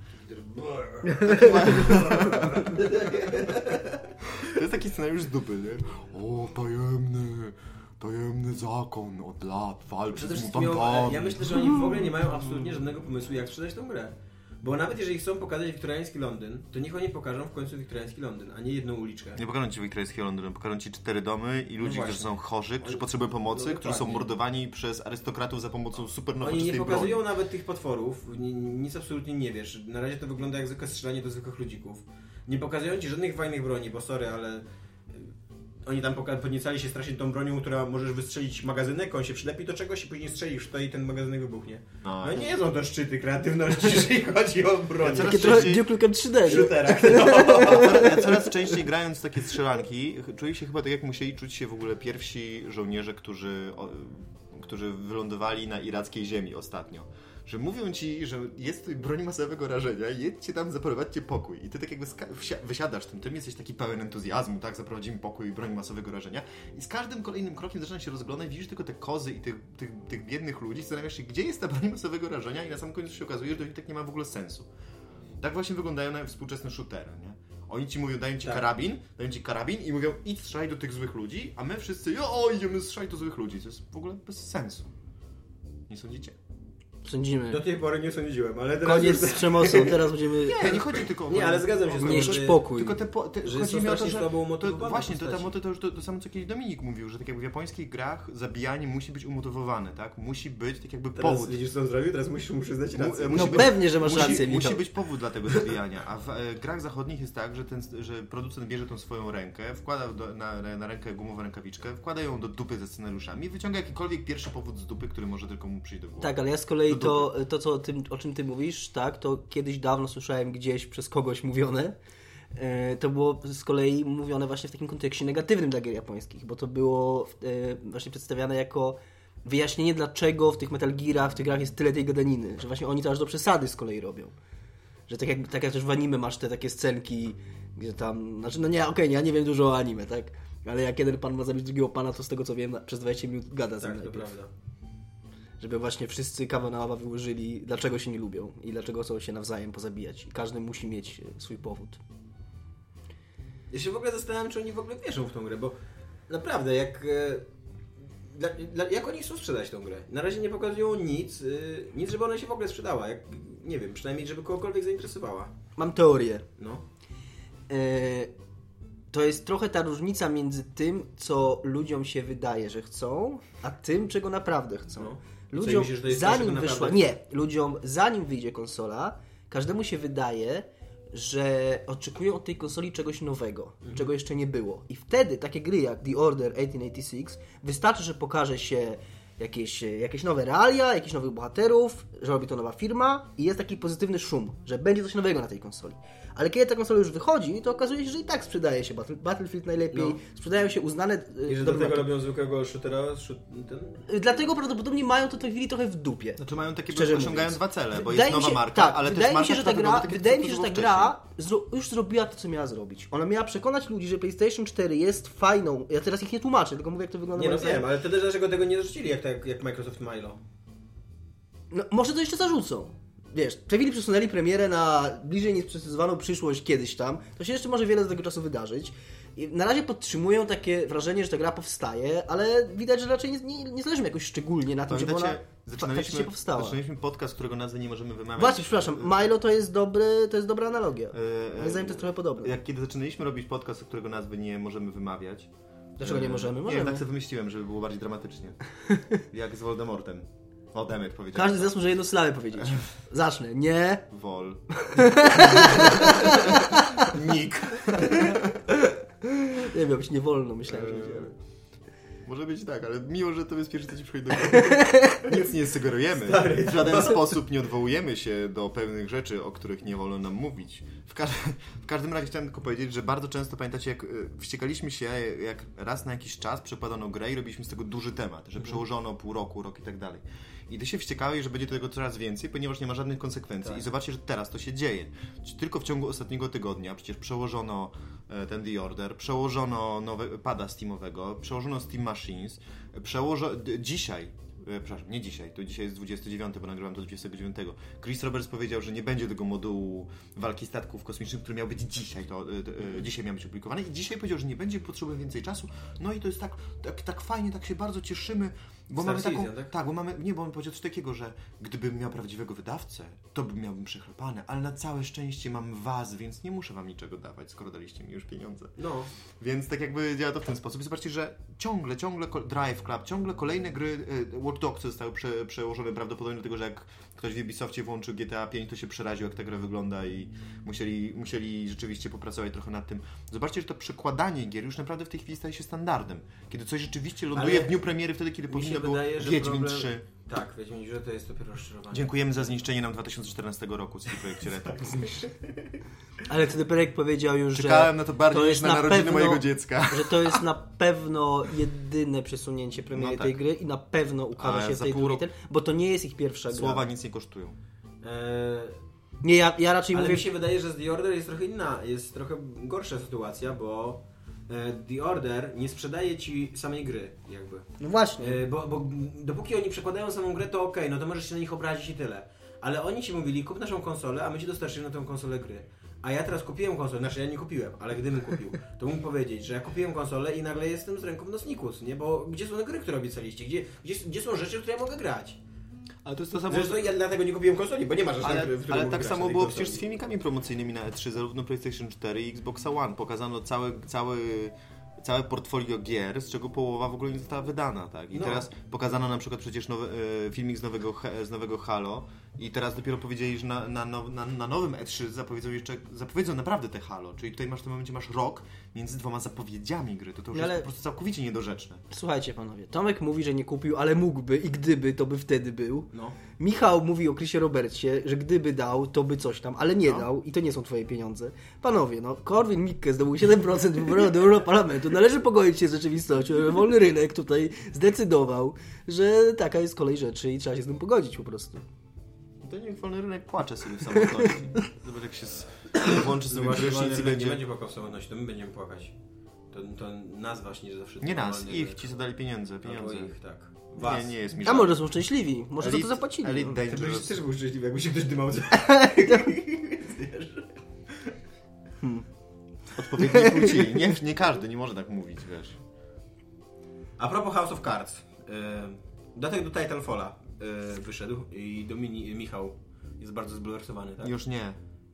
To jest taki scenariusz z dupy, nie? O, tajemny, tajemny zakon od lat walczy Przede z wszystkim mutantami. ja myślę, że oni w ogóle nie mają absolutnie żadnego pomysłu, jak sprzedać tą grę. Bo nawet jeżeli chcą pokazać wiktoriański Londyn, to niech oni pokażą w końcu wiktoriański Londyn, a nie jedną uliczkę. Nie pokażą ci wiktoriańskiego Londynu, pokażą ci cztery domy i ludzi, No którzy właśnie. są chorzy, którzy Oni- potrzebują pomocy, no którzy są dokładnie. mordowani przez arystokratów za pomocą super Oni nowoczesnej nie broni. pokazują nawet tych potworów, ni- nic absolutnie nie wiesz. Na razie to wygląda jak zwykłe strzelanie do zwykłych ludzików. Nie pokazują ci żadnych fajnych broni, bo sorry, ale... y, Oni tam poka- podniecali się strasznie tą bronią, która możesz wystrzelić magazynek, on się przylepi do czegoś i później strzelisz w to i ten magazynek wybuchnie. No. No i nie są to szczyty kreatywności, jeżeli chodzi o broń. Ja coraz Takie trochę częściej- Duke Nukem trzy D. W shooterach, no. Ja coraz częściej grając w takie strzelanki, czuję się chyba tak, jak musieli czuć się w ogóle pierwsi żołnierze, którzy, o, którzy wylądowali na irackiej ziemi ostatnio. Że mówią ci, że jest tutaj broń masowego rażenia, jedźcie tam, zaprowadźcie pokój. I ty tak jakby ska- wsia- wysiadasz tym, tym jesteś taki pełen entuzjazmu, tak, zaprowadzimy pokój i broń masowego rażenia. I z każdym kolejnym krokiem zaczynasz się rozglądać, widzisz tylko te kozy i tych, tych, tych biednych ludzi, zastanawiasz się, gdzie jest ta broń masowego rażenia i na samym końcu się okazuje, że to i tak nie ma w ogóle sensu. Tak właśnie wyglądają na współczesne shootery, nie? Oni ci mówią, dają ci Tak. karabin, dają ci karabin i mówią, idź strzelaj do tych złych ludzi, a my wszyscy, o, idziemy strzelać do złych ludzi. To jest w ogóle bez sensu. Nie sądzicie? Sądzimy. Do tej pory nie sądziłem, ale teraz... Koniec już- z przemocą, teraz będziemy... Nie, nie chodzi tylko o... Nie, ale zgadzam się z tobą, Nieść że- pokój. Tylko te, po, te Że chodzi są mi o to, strasznie że słabo to, umotywowane właśnie, to, postaci. to, to, to już to, to samo, co kiedyś Dominik mówił, że tak jakby w japońskich grach zabijanie musi być umotywowane, tak? Musi być tak jakby Teraz powód. widzisz, co on zrobił? Teraz musisz mu przyznać rację. Mu- No musi pewnie, że masz musi, rację, Musi Michał. być powód dla tego zabijania, a w e, grach zachodnich jest tak, że, ten, że producent bierze tą swoją rękę, wkłada do, na, na rękę gumową rękawiczkę, wkłada ją do dupy ze scenariuszami i wyciąga jakikolwiek pierwszy powód z dupy, który może tylko mu przyjść do głowy. Tak, ale ja z kolei Do to, to co, o tym, o czym ty mówisz, tak, to kiedyś dawno słyszałem gdzieś przez kogoś mówione. E, To było z kolei mówione właśnie w takim kontekście negatywnym dla gier japońskich, bo to było e, właśnie przedstawiane jako wyjaśnienie, dlaczego w tych Metal Gearach, w tych grach jest tyle tej gadaniny, że właśnie oni to aż do przesady z kolei robią. Że tak jak, tak jak też w anime masz te takie scenki, gdzie tam, znaczy no nie, okej, okay, ja nie wiem dużo o anime, tak, ale jak jeden pan ma zabić drugiego pana, to z tego co wiem, na- przez dwadzieścia minut gada z nim Tak, to najpierw. prawda. Żeby właśnie wszyscy kawę na łaba wyłożyli, dlaczego się nie lubią i dlaczego chcą się nawzajem pozabijać. I każdy musi mieć e, swój powód. Ja się w ogóle zastanawiam, czy oni w ogóle wierzą w tą grę, bo naprawdę, jak... e, Dla, dla, jak oni chcą sprzedać tą grę? Na razie nie pokazują nic, y, nic, żeby ona się w ogóle sprzedała. Jak, nie wiem, przynajmniej, żeby kogokolwiek zainteresowała. Mam teorię. No. E, to jest trochę ta różnica między tym, co ludziom się wydaje, że chcą, a tym, czego naprawdę chcą. No. Ludziom, Co, myślisz, że to jest to, zanim czego wyszła, naprawdę nie, ludziom zanim wyjdzie konsola, każdemu się wydaje, że oczekują od tej konsoli czegoś nowego, Mhm. czego jeszcze nie było. I wtedy takie gry jak The Order tysiąc osiemset osiemdziesiąt sześć wystarczy, że pokaże się jakieś, jakieś nowe realia, jakichś nowych bohaterów, że robi to nowa firma i jest taki pozytywny szum, że będzie coś nowego na tej konsoli. Ale kiedy ta konsola już wychodzi, to okazuje się, że i tak sprzedaje się Battle, Battlefield najlepiej, No. sprzedają się uznane... I że do tego robią zwykłego shootera, shoot, ten? Dlatego prawdopodobnie mają to w tej chwili trochę w dupie. Znaczy mają takie, Szczerze osiągają mówiąc. dwa cele, bo Wydaje jest mi nowa się, marka, tak, ale wydaje też mi marka, się, że ta która gra, wygląda tak, jak wydaje to, mi się, co że ta było gra zro, już zrobiła to, co miała zrobić. Ona miała przekonać ludzi, że PlayStation cztery jest fajną. Ja teraz ich nie tłumaczę, tylko mówię, jak to wygląda. Nie no moim zdaniem. wiem, ale wtedy dlaczego tego nie zarzucili, jak, jak, jak Microsoft Milo? No, może to jeszcze zarzucą. Wiesz, w tej chwili przesunęli premierę na bliżej niesprecyzowaną przyszłość kiedyś tam. To się jeszcze może wiele do tego czasu wydarzyć. I na razie podtrzymują takie wrażenie, że ta gra powstaje, ale widać, że raczej nie, nie, nie zależy mi jakoś szczególnie na tym, żeby ona faktycznie zaczynaliśmy, powstała. zaczynaliśmy podcast, którego nazwy nie możemy wymawiać. Właśnie, przepraszam, Milo to jest dobry, to jest dobra analogia. Yy, Moim zdaniem to jest trochę podobne. Jak kiedy zaczynaliśmy robić podcast, którego nazwy nie możemy wymawiać. Dlaczego nie możemy? Nie, Możemy. tak sobie wymyśliłem, żeby było bardziej dramatycznie. Jak z Voldemortem. O, Demet powiedział. Każdy z nas może jedną sylabę powiedzieć. Zacznę. Nie. Wol. Nick. Nie wiem, być nie wolno, myślałem, że będziemy. Może być tak, ale miło, że to jest pierwsze, co ci przychodzi do głowy. Nic nie sugerujemy. Stary. W żaden sposób nie odwołujemy się do pewnych rzeczy, o których nie wolno nam mówić. W, ka- w każdym razie chciałem tylko powiedzieć, że bardzo często, pamiętacie, jak y, wściekaliśmy się, jak raz na jakiś czas przekładano grę i robiliśmy z tego duży temat, że przełożono pół roku, rok i tak dalej. I ty się wściekałeś, że będzie tego coraz więcej, ponieważ nie ma żadnych konsekwencji. Tak. I zobaczcie, że teraz to się dzieje. Tylko w ciągu ostatniego tygodnia przecież przełożono e, ten The Order, przełożono nowe, pada Steamowego, przełożono Steam Machines, przełożono... Dzisiaj, e, przepraszam, nie dzisiaj, to dzisiaj jest dwudziestego dziewiątego, bo nagrywam to dwudziestego dziewiątego. Chris Roberts powiedział, że nie będzie tego modułu walki statków kosmicznych, który miał być dzisiaj, to e, e, dzisiaj miał być opublikowany i dzisiaj powiedział, że nie będzie, potrzebuje więcej czasu. No i to jest tak, tak, tak fajnie, tak się bardzo cieszymy, bo Star mamy taką... Citizen, tak? Tak, bo mamy, nie, bo on powiedział coś takiego, że gdybym miał prawdziwego wydawcę, to bym miałbym przechlapane, ale na całe szczęście mam was, więc nie muszę wam niczego dawać, skoro daliście mi już pieniądze. No. Więc tak jakby działa to w ten sposób. I zobaczcie, że ciągle, ciągle Drive Club, ciągle kolejne gry, y, Watch Dogs zostały prze, przełożone prawdopodobnie dlatego, że jak ktoś w Ubisoftie włączył G T A pięć, to się przeraził, jak ta gra wygląda i musieli, musieli rzeczywiście popracować trochę nad tym. Zobaczcie, że to przekładanie gier już naprawdę w tej chwili staje się standardem. Kiedy coś rzeczywiście ląduje Ale w dniu premiery, wtedy, kiedy mi powinno się było wydaje, że Wiedźmin problem- trzy. Tak, Wiedźmin, że to jest dopiero rozczarowanie. Dziękujemy za zniszczenie nam dwa tysiące czternastego roku z projekcie Retak. Ale C D Perek powiedział już, Czekałem że na to bardziej to niż jest na na narodziny pewno- mojego dziecka. że to jest na pewno jedyne przesunięcie premiery No tak. tej gry i na pewno ukaże Ale się w za tej pół drugiej, roku- ten, bo to nie jest ich pierwsza gra. Słowa nic nie kosztują. Eee, Nie, ja, ja raczej ale mówię... mi się wydaje, że z The Order jest trochę inna, jest trochę gorsza sytuacja, bo e, The Order nie sprzedaje ci samej gry, jakby. No właśnie. E, bo, bo dopóki oni przekładają samą grę, to okej, no to możesz się na nich obrazić i tyle. Ale oni ci mówili, kup naszą konsolę, a my ci dostarczymy na tę konsolę gry. A ja teraz kupiłem konsolę, znaczy ja nie kupiłem, ale gdybym kupił, to mógł powiedzieć, że ja kupiłem konsolę i nagle jestem z ręką w nosnikus, nie? Bo gdzie są te gry, które obiecaliście? Gdzie, gdzie, gdzie są rzeczy, w które ja mogę grać? Ale to jest to samo... Zresztą ja dlatego nie kupiłem konsoli, bo nie ma rzeczy, Ale, w które ale mogę tak grać samo na tej było konsoli. przecież z filmikami promocyjnymi na E trzy, zarówno PlayStation cztery i Xboxa One. Pokazano cały, cały, całe portfolio gier, z czego połowa w ogóle nie została wydana, tak? I No. teraz pokazano na przykład przecież nowy, e, filmik z nowego, He- z nowego Halo i teraz dopiero powiedzieli, że na, na, now- na, na nowym E trzy zapowiedzą jeszcze, zapowiedzą naprawdę te Halo, czyli tutaj masz w tym momencie masz rok między dwoma zapowiedziami gry, to to już Ale- jest po prostu całkowicie niedorzeczne. Słuchajcie panowie, Tomek mówi, że nie kupił, ale mógłby i gdyby, to by wtedy był. No. Michał mówi o Chrisie Robertsie, że gdyby dał, to by coś tam, ale nie No. dał i to nie są twoje pieniądze. Panowie, no, Korwin-Mikke zdobył siedem procent wyborów do Europarlamentu. Należy pogodzić się z rzeczywistością. Wolny rynek tutaj zdecydował, że taka jest kolej rzeczy i trzeba się z tym pogodzić po prostu. To niech wolny rynek płacze sobie w samotności. Zobacz jak się z... włączy No sobie właśnie, prysznic i nie będzie... będzie płakał w samotności, to my będziemy płakać. To, to nas właśnie zawsze... Nie nas, normalny ich, rynek. ci co dali pieniądze, Albo pieniądze. ich, tak. Was. Nie, nie jest mi A żal. może są szczęśliwi, może za to Elite- zapłacili. Elite no. Dangerous. Ty byś też był szczęśliwy, jakby się ktoś dymał. Odpowiedniej płci. Nie, nie każdy, nie może tak mówić, wiesz. A propos House of Cards. Yy, datek do Titanfalla yy, wyszedł i Domini- Michał jest bardzo zbulwersowany, tak? Już nie.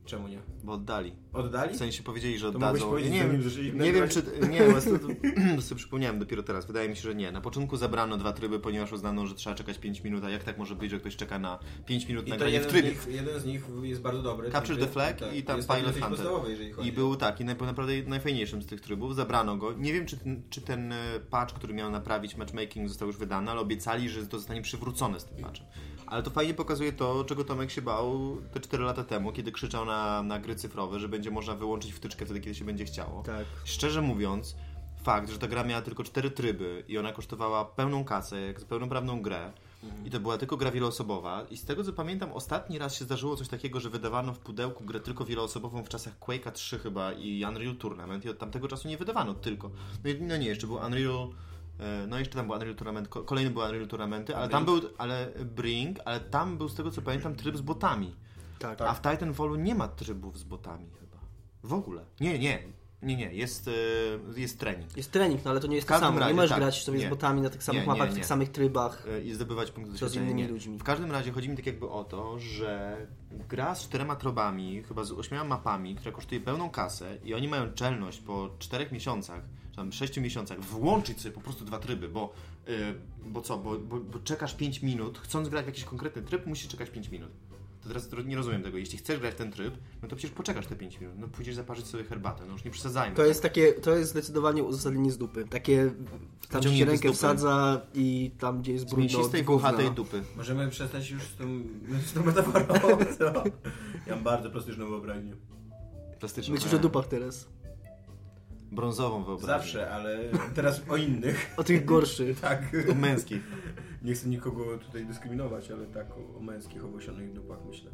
Czemu nie? Bo oddali. Oddali? W sensie powiedzieli, że To oddadzą. mogłeś powiedzieć, nie, zanim zaczęli nie wiem, nagrywać. czy... Nie, właśnie to, to sobie przypomniałem dopiero teraz. Wydaje mi się, że nie. Na początku zabrano dwa tryby, ponieważ uznano, że trzeba czekać pięć minut, a jak tak może być, że ktoś czeka na pięć minut I na to granie w jeden z, trybie? nich, jeden z nich jest bardzo dobry. Capture ten the Flag tryb, i tam jest Pilot dosyć Hunter. podstawowy, jeżeli chodzi. I był taki, naj- naprawdę najfajniejszym z tych trybów. Zabrano go. Nie wiem, czy ten, czy ten e, patch, który miał naprawić matchmaking, został już wydany, ale obiecali, że to zostanie przywrócone z tym patchem. Ale to fajnie pokazuje to, czego Tomek się bał te cztery lata temu, kiedy krzyczał na, na gry cyfrowe, że będzie można wyłączyć wtyczkę wtedy, kiedy się będzie chciało. Tak. Szczerze mówiąc, fakt, że ta gra miała tylko cztery tryby i ona kosztowała pełną kasę, jak pełnoprawną grę, i to była tylko gra wieloosobowa. I z tego co pamiętam, ostatni raz się zdarzyło coś takiego, że wydawano w pudełku grę tylko wieloosobową w czasach Quake'a trzy chyba i Unreal Tournament i od tamtego czasu nie wydawano tylko. No, i, no nie, jeszcze był Unreal... e, No jeszcze tam był Unreal Tournament, ko- kolejny był Unreal Tournamenty, ale tam był, ale Brink, ale tam był z tego co pamiętam tryb z botami. Tak. A w Titanfallu nie ma trybów z botami chyba. W ogóle. Nie, nie. Nie, nie. Jest, e, jest trening. Jest trening, no ale to nie jest W to każdym samo. razie, nie możesz tak. grać sobie Nie. z botami na tych samych Nie, mapach, nie, w nie. tych samych trybach. E, I zdobywać punkty Co z doświadczenia. innymi Nie. ludźmi. W każdym razie chodzi mi tak jakby o to, że gra z czterema trybami, chyba z ośmioma mapami, która kosztuje pełną kasę i oni mają czelność po czterech miesiącach, czy tam sześciu miesiącach włączyć sobie po prostu dwa tryby, bo, yy, bo co, bo, bo, bo czekasz pięć minut, chcąc grać w jakiś konkretny tryb, musisz czekać pięć minut. To teraz nie rozumiem tego. Jeśli chcesz grać w ten tryb, no to przecież poczekasz te pięć minut. No pójdziesz zaparzyć sobie herbatę. No już nie przesadzajmy. To jest takie, to jest zdecydowanie uzasadnienie z dupy. Takie, tam gdzie się Wyciągnięte z rękę dupy. wsadza i tam gdzie jest Z brudno mięsistej, od gówna. włochatej dupy. Możemy przestać już z tą, z tą metaforą, co? Ja mam bardzo plastyczną wyobraźnię. Plastyczną. Myślisz o dupach teraz. Brązową wyobraźnię. Zawsze, ale teraz o innych. O tych gorszych. Tak. O męskich. Nie chcę nikogo tutaj dyskryminować, ale tak o, o męskich, owłosionych dupach myślę.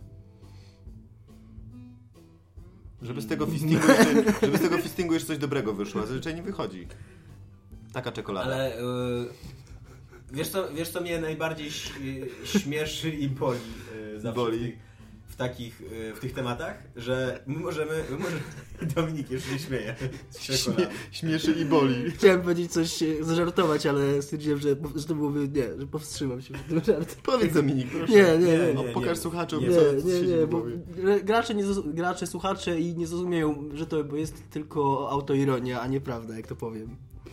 Żeby z tego fistingu jeszcze, żeby z tego fistingu jeszcze coś dobrego wyszło, a zazwyczaj nie wychodzi. Taka czekolada. Ale yy, wiesz, co, wiesz co mnie najbardziej ś, y, śmieszy i boli yy, zawsze Boli. W, tych, w takich, yy, w tych tematach, że my możemy, my możemy Dominik już się śmieje z czekolady. Śmie, śmieszy i boli. Chciałem powiedzieć coś, e, zażartować, ale stwierdziłem, że, że to byłoby, nie, że powstrzymam się przed tym żartem. Powiedz Dominik, proszę. Nie, nie, nie. Nie, No, nie, pokaż nie. słuchaczom, Nie, co nie, siedzi nie, w bo głowie. gracze, nie zrozum- gracze, słuchacze i nie zrozumieją, że to jest tylko autoironia, a nie prawda, jak to powiem.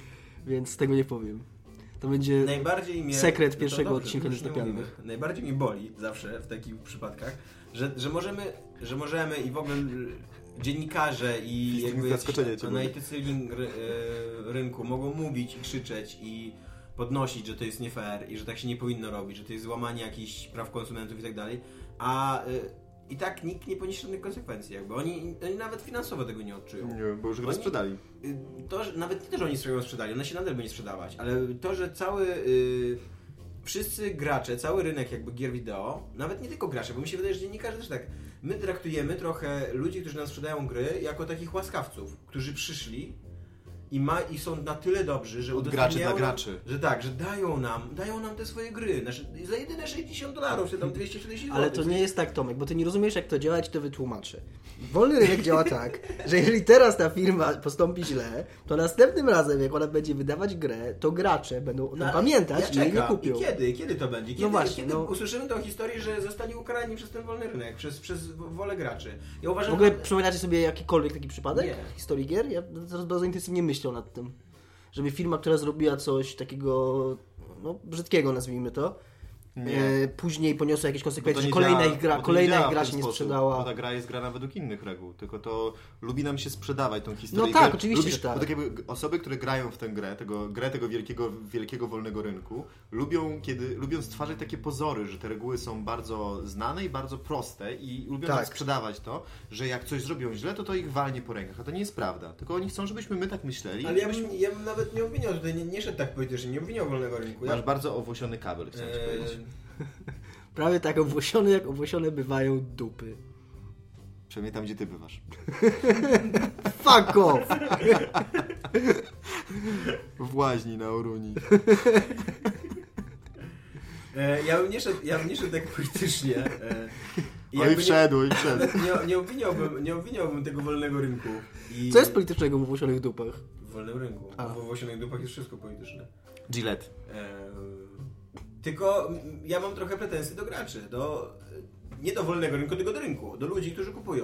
Więc tego nie powiem. To będzie Najbardziej mnie, sekret to pierwszego dobrze, odcinka już nie Niezatapialnych. mówimy. Najbardziej mnie boli zawsze w takich przypadkach, że, że możemy, że możemy i w ogóle dziennikarze i Fisting jakby zaskoczenia cię boli. analitycy lin- ry- e, rynku mogą mówić i krzyczeć i podnosić, że to jest nie fair i że tak się nie powinno robić, że to jest złamanie jakichś praw konsumentów i tak dalej, a e, i tak nikt nie poniesie żadnych konsekwencji jakby. Oni, oni nawet finansowo tego nie odczują. Nie, bo już grę Oni- sprzedali. Y, To, że nawet nie to, że oni swoją sprzedali, ona się nadal będzie sprzedawać, ale to, że cały y, wszyscy gracze, cały rynek jakby gier wideo, nawet nie tylko gracze, bo mi się wydaje, że dziennikarze też tak, my traktujemy trochę ludzi, którzy nam sprzedają gry, jako takich łaskawców, którzy przyszli i, ma, i są na tyle dobrzy, że Od graczy udostępniają dla nam- graczy. Że tak, że dają nam, dają nam te swoje gry, nasze, za jedyne sześćdziesiąt dolarów, czy tam dwieście czterdzieści Ale złotych. to nie jest tak, Tomek, bo ty nie rozumiesz, jak to działa, ja ci to wytłumaczę. Wolny rynek działa tak, że jeżeli teraz ta firma postąpi źle, to następnym razem, jak ona będzie wydawać grę, to gracze będą o tym No, pamiętać ja i jej nie czekam. kupią. I kiedy? Kiedy to będzie? Kiedy, No właśnie, kiedy no. usłyszymy tą historię, że zostali ukarani przez ten wolny rynek, przez, przez wolę graczy? Ja uważam, W ogóle że... przypominacie sobie jakikolwiek taki przypadek Nie. w historii gier? Ja teraz bardzo intensywnie myślę nad tym. Żeby firma, która zrobiła coś takiego, no, brzydkiego nazwijmy to, Nie. e, później poniosła jakieś Bo to konsekwencje, że nie kolejna działa- ich gra, bo to nie kolejna działa ich w gra ten się nie sposób, sprzedała. Bo ta gra jest grana według innych reguł, tylko to lubi nam się sprzedawać tą historię. No tak, Gier- oczywiście, lubisz, że tak. Bo tak jakby osoby, które grają w tę grę, tego, grę tego wielkiego, wielkiego wolnego rynku, lubią, kiedy, lubią stwarzać takie pozory, że te reguły są bardzo znane i bardzo proste i lubią Tak. tak sprzedawać to, że jak coś zrobią źle, to to ich walnie po rękach, a to nie jest prawda. Tylko oni chcą, żebyśmy my tak myśleli. Ale ja bym, ja bym nawet nie obwiniał tutaj, nie, nie szedł tak politycznie, nie obwiniał wolnego rynku. Masz Ja, bardzo owłosiony kabel, chciałem ci Eee, powiedzieć. Prawie tak owłosione, jak owłosione bywają dupy. Przynajmniej tam, gdzie ty bywasz. Fuck off! W łaźni na Oruni. e, ja bym nie szedł, ja bym nie szedł tak politycznie. E, i Oj, jakby wszedł, oj, wszedł. Nie, nie, nie, obwiniałbym, nie obwiniałbym tego wolnego rynku. I Co jest politycznego w owłosionych dupach? w wolnym rynku? A. W owłosionych dupach jest wszystko polityczne. Gillette. E, tylko mm, ja mam trochę pretensje do graczy, do, nie do wolnego rynku, tylko do rynku, do ludzi, którzy kupują.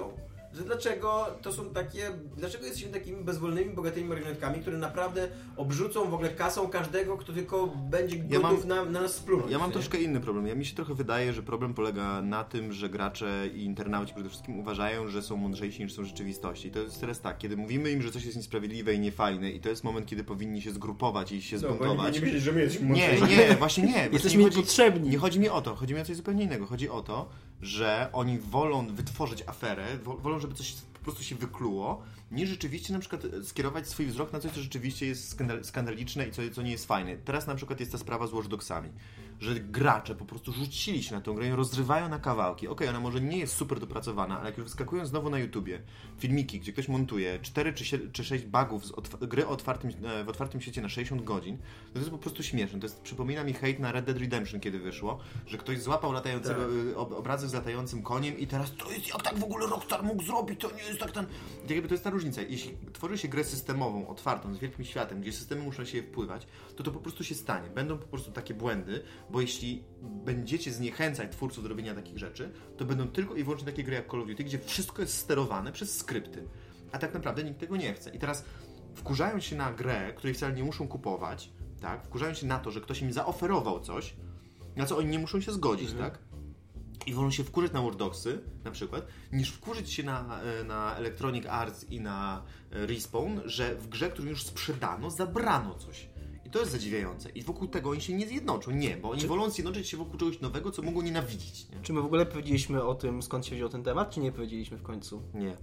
że dlaczego to są takie, dlaczego jesteśmy takimi bezwolnymi, bogatymi marionetkami, które naprawdę obrzucą w ogóle kasą każdego, kto tylko będzie Ja gotów mam- na, na nas splunąć. Ja mam nie? troszkę inny problem. Ja mi się trochę wydaje, że problem polega na tym, że gracze i internauci przede wszystkim uważają, że są mądrzejsi niż są w rzeczywistości. I to jest teraz tak, kiedy mówimy im, że coś jest niesprawiedliwe i niefajne i to jest moment, kiedy powinni się zgrupować i się No, bo oni zbuntować. powinni myśleć, że my jesteśmy Nie, mądrzejsi. nie, właśnie nie. Właśnie Jesteśmy nie niepotrzebni. Nie chodzi mi o to, chodzi mi o coś zupełnie innego. Chodzi o to, że oni wolą wytworzyć aferę, wo- wolą, żeby coś po prostu się wykluło, niż rzeczywiście na przykład skierować swój wzrok na coś, co rzeczywiście jest skandal- skandaliczne i co, co nie jest fajne. Teraz na przykład jest ta sprawa z Watch Dogsami, że gracze po prostu rzucili się na tę grę i rozrywają na kawałki. Okej, ona może nie jest super dopracowana, ale jak już wyskakują znowu na YouTubie filmiki, gdzie ktoś montuje cztery czy sie- czy sześć bugów z otw- gry o otwartym, e, w otwartym świecie na sześćdziesiąt godzin, to jest po prostu śmieszne. To jest, przypomina mi hejt na Red Dead Redemption, kiedy wyszło, że ktoś złapał latającego, Tak. e, ob- obrazek z latającym koniem i teraz to jest, jak tak w ogóle Rockstar mógł zrobić, to nie jest tak ten... I tak jakby to jest ta różnica. Jeśli tworzy się grę systemową, otwartą, z wielkim światem, gdzie systemy muszą się wpływać, to to po prostu się stanie. Będą po prostu takie błędy, bo jeśli będziecie zniechęcać twórców do robienia takich rzeczy, to będą tylko i wyłącznie takie gry jak Call of Duty, gdzie wszystko jest sterowane przez skrypty. A tak naprawdę nikt tego nie chce. I teraz wkurzają się na grę, której wcale nie muszą kupować, tak? Wkurzają się na to, że ktoś im zaoferował coś, na co oni nie muszą się zgodzić, Mhm. tak? I wolą się wkurzyć na Watch Dogsy, na przykład, niż wkurzyć się na, na Electronic Arts i na Respawn, że w grze, którą już sprzedano, zabrano coś. I to jest zadziwiające. I wokół tego oni się nie zjednoczą. Nie, bo oni Czy- wolą zjednoczyć się wokół czegoś nowego, co mogą nienawidzić. Nie? Czy my w ogóle powiedzieliśmy o tym, skąd się wziął ten temat, czy nie powiedzieliśmy w końcu? nie.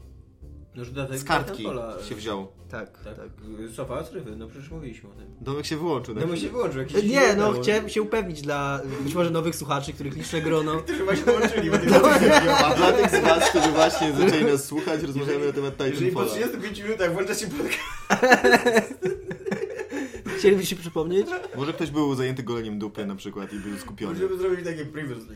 No, że dlatego Z kartki Titanfalla, się wziął. Tak, Tak, tak. sofa z rywy, no przecież mówiliśmy o tym. Domek się wyłączył. No my się wyłączył jakiś Nie, chwilę no temu. chciałem się upewnić dla być może nowych słuchaczy, których liczne grono. Którzy właśnie dołączyli. bo No, A dla tych z was, którzy właśnie zaczęli nas słuchać, rozmawiamy na temat Jeżeli po Titanfalla. trzydziestu pięciu minutach włącza się podcast. Chcieliby się przypomnieć? Może ktoś był zajęty goleniem dupy na przykład i był skupiony. Możemy zrobić takie previously.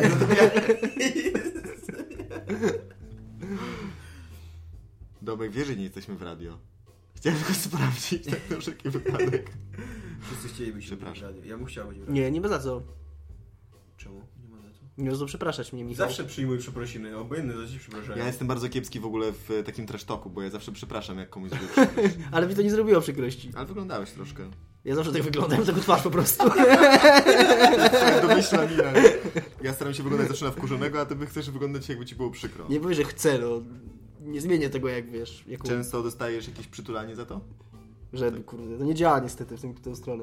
Domek wie, że nie jesteśmy w radio. Chciałem tylko sprawdzić, tak na wszelki wypadek. Wszyscy chcieliby się Przepraszam. być w radiu. Ja bym chciał być w radiu. Nie, nie ma za co. Czemu? Nie ma za co. Nie ma za co przepraszać mnie, Michał. Zawsze przyjmuj przeprosiny, obojętne za ci przepraszają. Ja jestem bardzo kiepski w ogóle w takim trash talku, bo ja zawsze przepraszam, jak komuś zrobię przykrość. Ale mi to nie zrobiło przykrości. Ale wyglądałeś troszkę. Ja zawsze tak wyglądam, taką twarz po prostu. Domyślna mina. nie? Ja staram się wyglądać zawsze na wkurzonego, a ty by chcesz wyglądać, jakby ci było przykro. Nie powiedz, że chcę, no. Nie zmienię tego, jak wiesz. Jaką... Często dostajesz jakieś przytulanie za to? Że, kurde, to nie działa niestety w, tym, w tę stronę.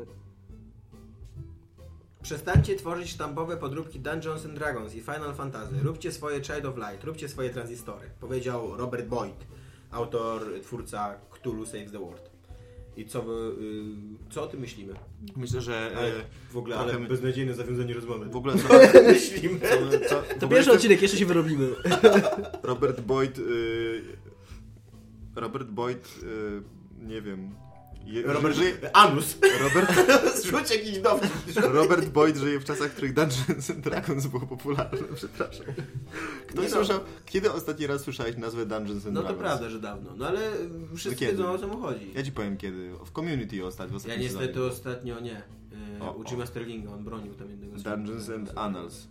Przestańcie tworzyć sztampowe podróbki Dungeons and Dragons i Final Fantasy. Róbcie swoje Child of Light, róbcie swoje tranzystory. Powiedział Robert Boyd, autor, twórca Cthulhu Saves the World. I co, wy, y, co o tym myślimy? Myślę, że... Ale e, w ogóle trochę ale my- beznadziejne zawiązanie rozmowy. W ogóle co, myślimy. co, co, w To ogóle pierwszy jestem- odcinek, jeszcze się wyrobimy. Robert Boyd... Y, Robert Boyd... Y, nie wiem... Je, Robert, żyje, Anus. Robert, Zrzuć jakiś dowcip. Robert Boyd żyje w czasach, w których Dungeons and Dragons było popularne. Przepraszam. Ktoś Nie no. słyszał... Kiedy ostatni raz słyszałeś nazwę Dungeons and No to Dragons? prawda, że dawno. No ale wszyscy kiedy? wiedzą, o co mu chodzi. Ja ci powiem kiedy. W Community ostatnio. w Ja ostatnim niestety sezonie. ostatnio nie. Yy, O, uczymy o. Sterlinga, on bronił tam jednego z Dungeons and Annals.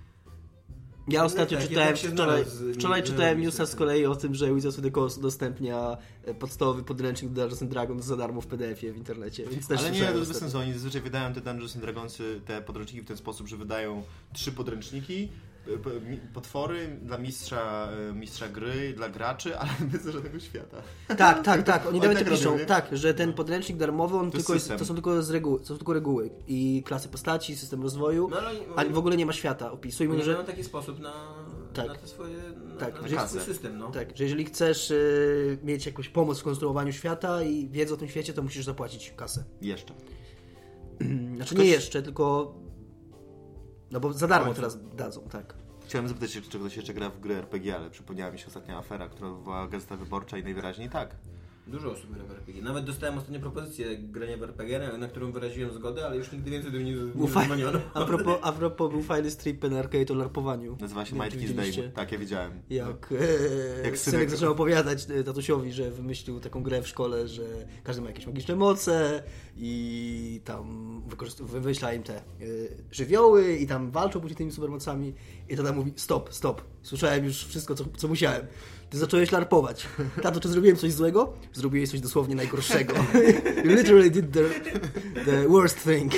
Ja ostatnio tak, czytałem, jednak się wczoraj, znalazł z- wczoraj nie- czytałem nie- newsa z kolei o tym, że Wizards of the Coast udostępnia e, podstawowy podręcznik do Dungeons and Dragons za darmo w P D F-ie w internecie, więc też Ale nie, słyszałem to jest bez ostatnio. sensu. Oni zazwyczaj wydają te Dungeons and Dragonsy, te podręczniki w ten sposób, że wydają trzy podręczniki, p- p- mi- potwory dla mistrza, e, mistrza gry, dla graczy, ale bez żadnego świata. Tak, tak, tak. Oni Oni nawet tak to piszą, robią, nie? tak, że ten podręcznik darmowy, on To jest tylko jest, system. to są tylko z reguły, to są tylko reguły i klasy postaci, system rozwoju, No, ale oni- a w ogóle nie ma świata opisu. I Oni mówią, że mają taki sposób na, Tak. na te swoje na, Tak, na że swój kasę. system, no. tak, że jeżeli chcesz y, mieć jakąś pomoc w konstruowaniu świata i wiedzę o tym świecie, to musisz zapłacić kasę. Jeszcze. Znaczy Ktoś- nie jeszcze, tylko no bo za darmo Końcu. teraz dadzą, tak. Chciałem zapytać się, czy ktoś jeszcze gra w gry R P G, ale przypomniała mi się ostatnia afera, która wywołała Gazeta Wyborcza i najwyraźniej tak. Dużo osób gra w R P G. Nawet dostałem ostatnio propozycję grania w R P G, na- na którą wyraziłem zgodę, ale już nigdy więcej do mnie nie Był faj- dzwoniono. A propos, a propos był fajny strip Pen Arcade o larpowaniu. Nazywa się Nie wiem, Majtki czy Zdejmu. widzieliście. Tak, ja widziałem. Jak, e, Jak synek, synek- zaczął opowiadać e, tatusiowi, że wymyślił taką grę w szkole, że każdy ma jakieś magiczne moce i tam wykorzyst- wymyśla im te e, żywioły i tam walczą później tymi supermocami i tata mówi stop, stop, słyszałem już wszystko, co, co musiałem. Ty zacząłeś larpować. Tato, czy zrobiłem coś złego? Zrobiłeś coś dosłownie najgorszego. You literally did the, the worst thing.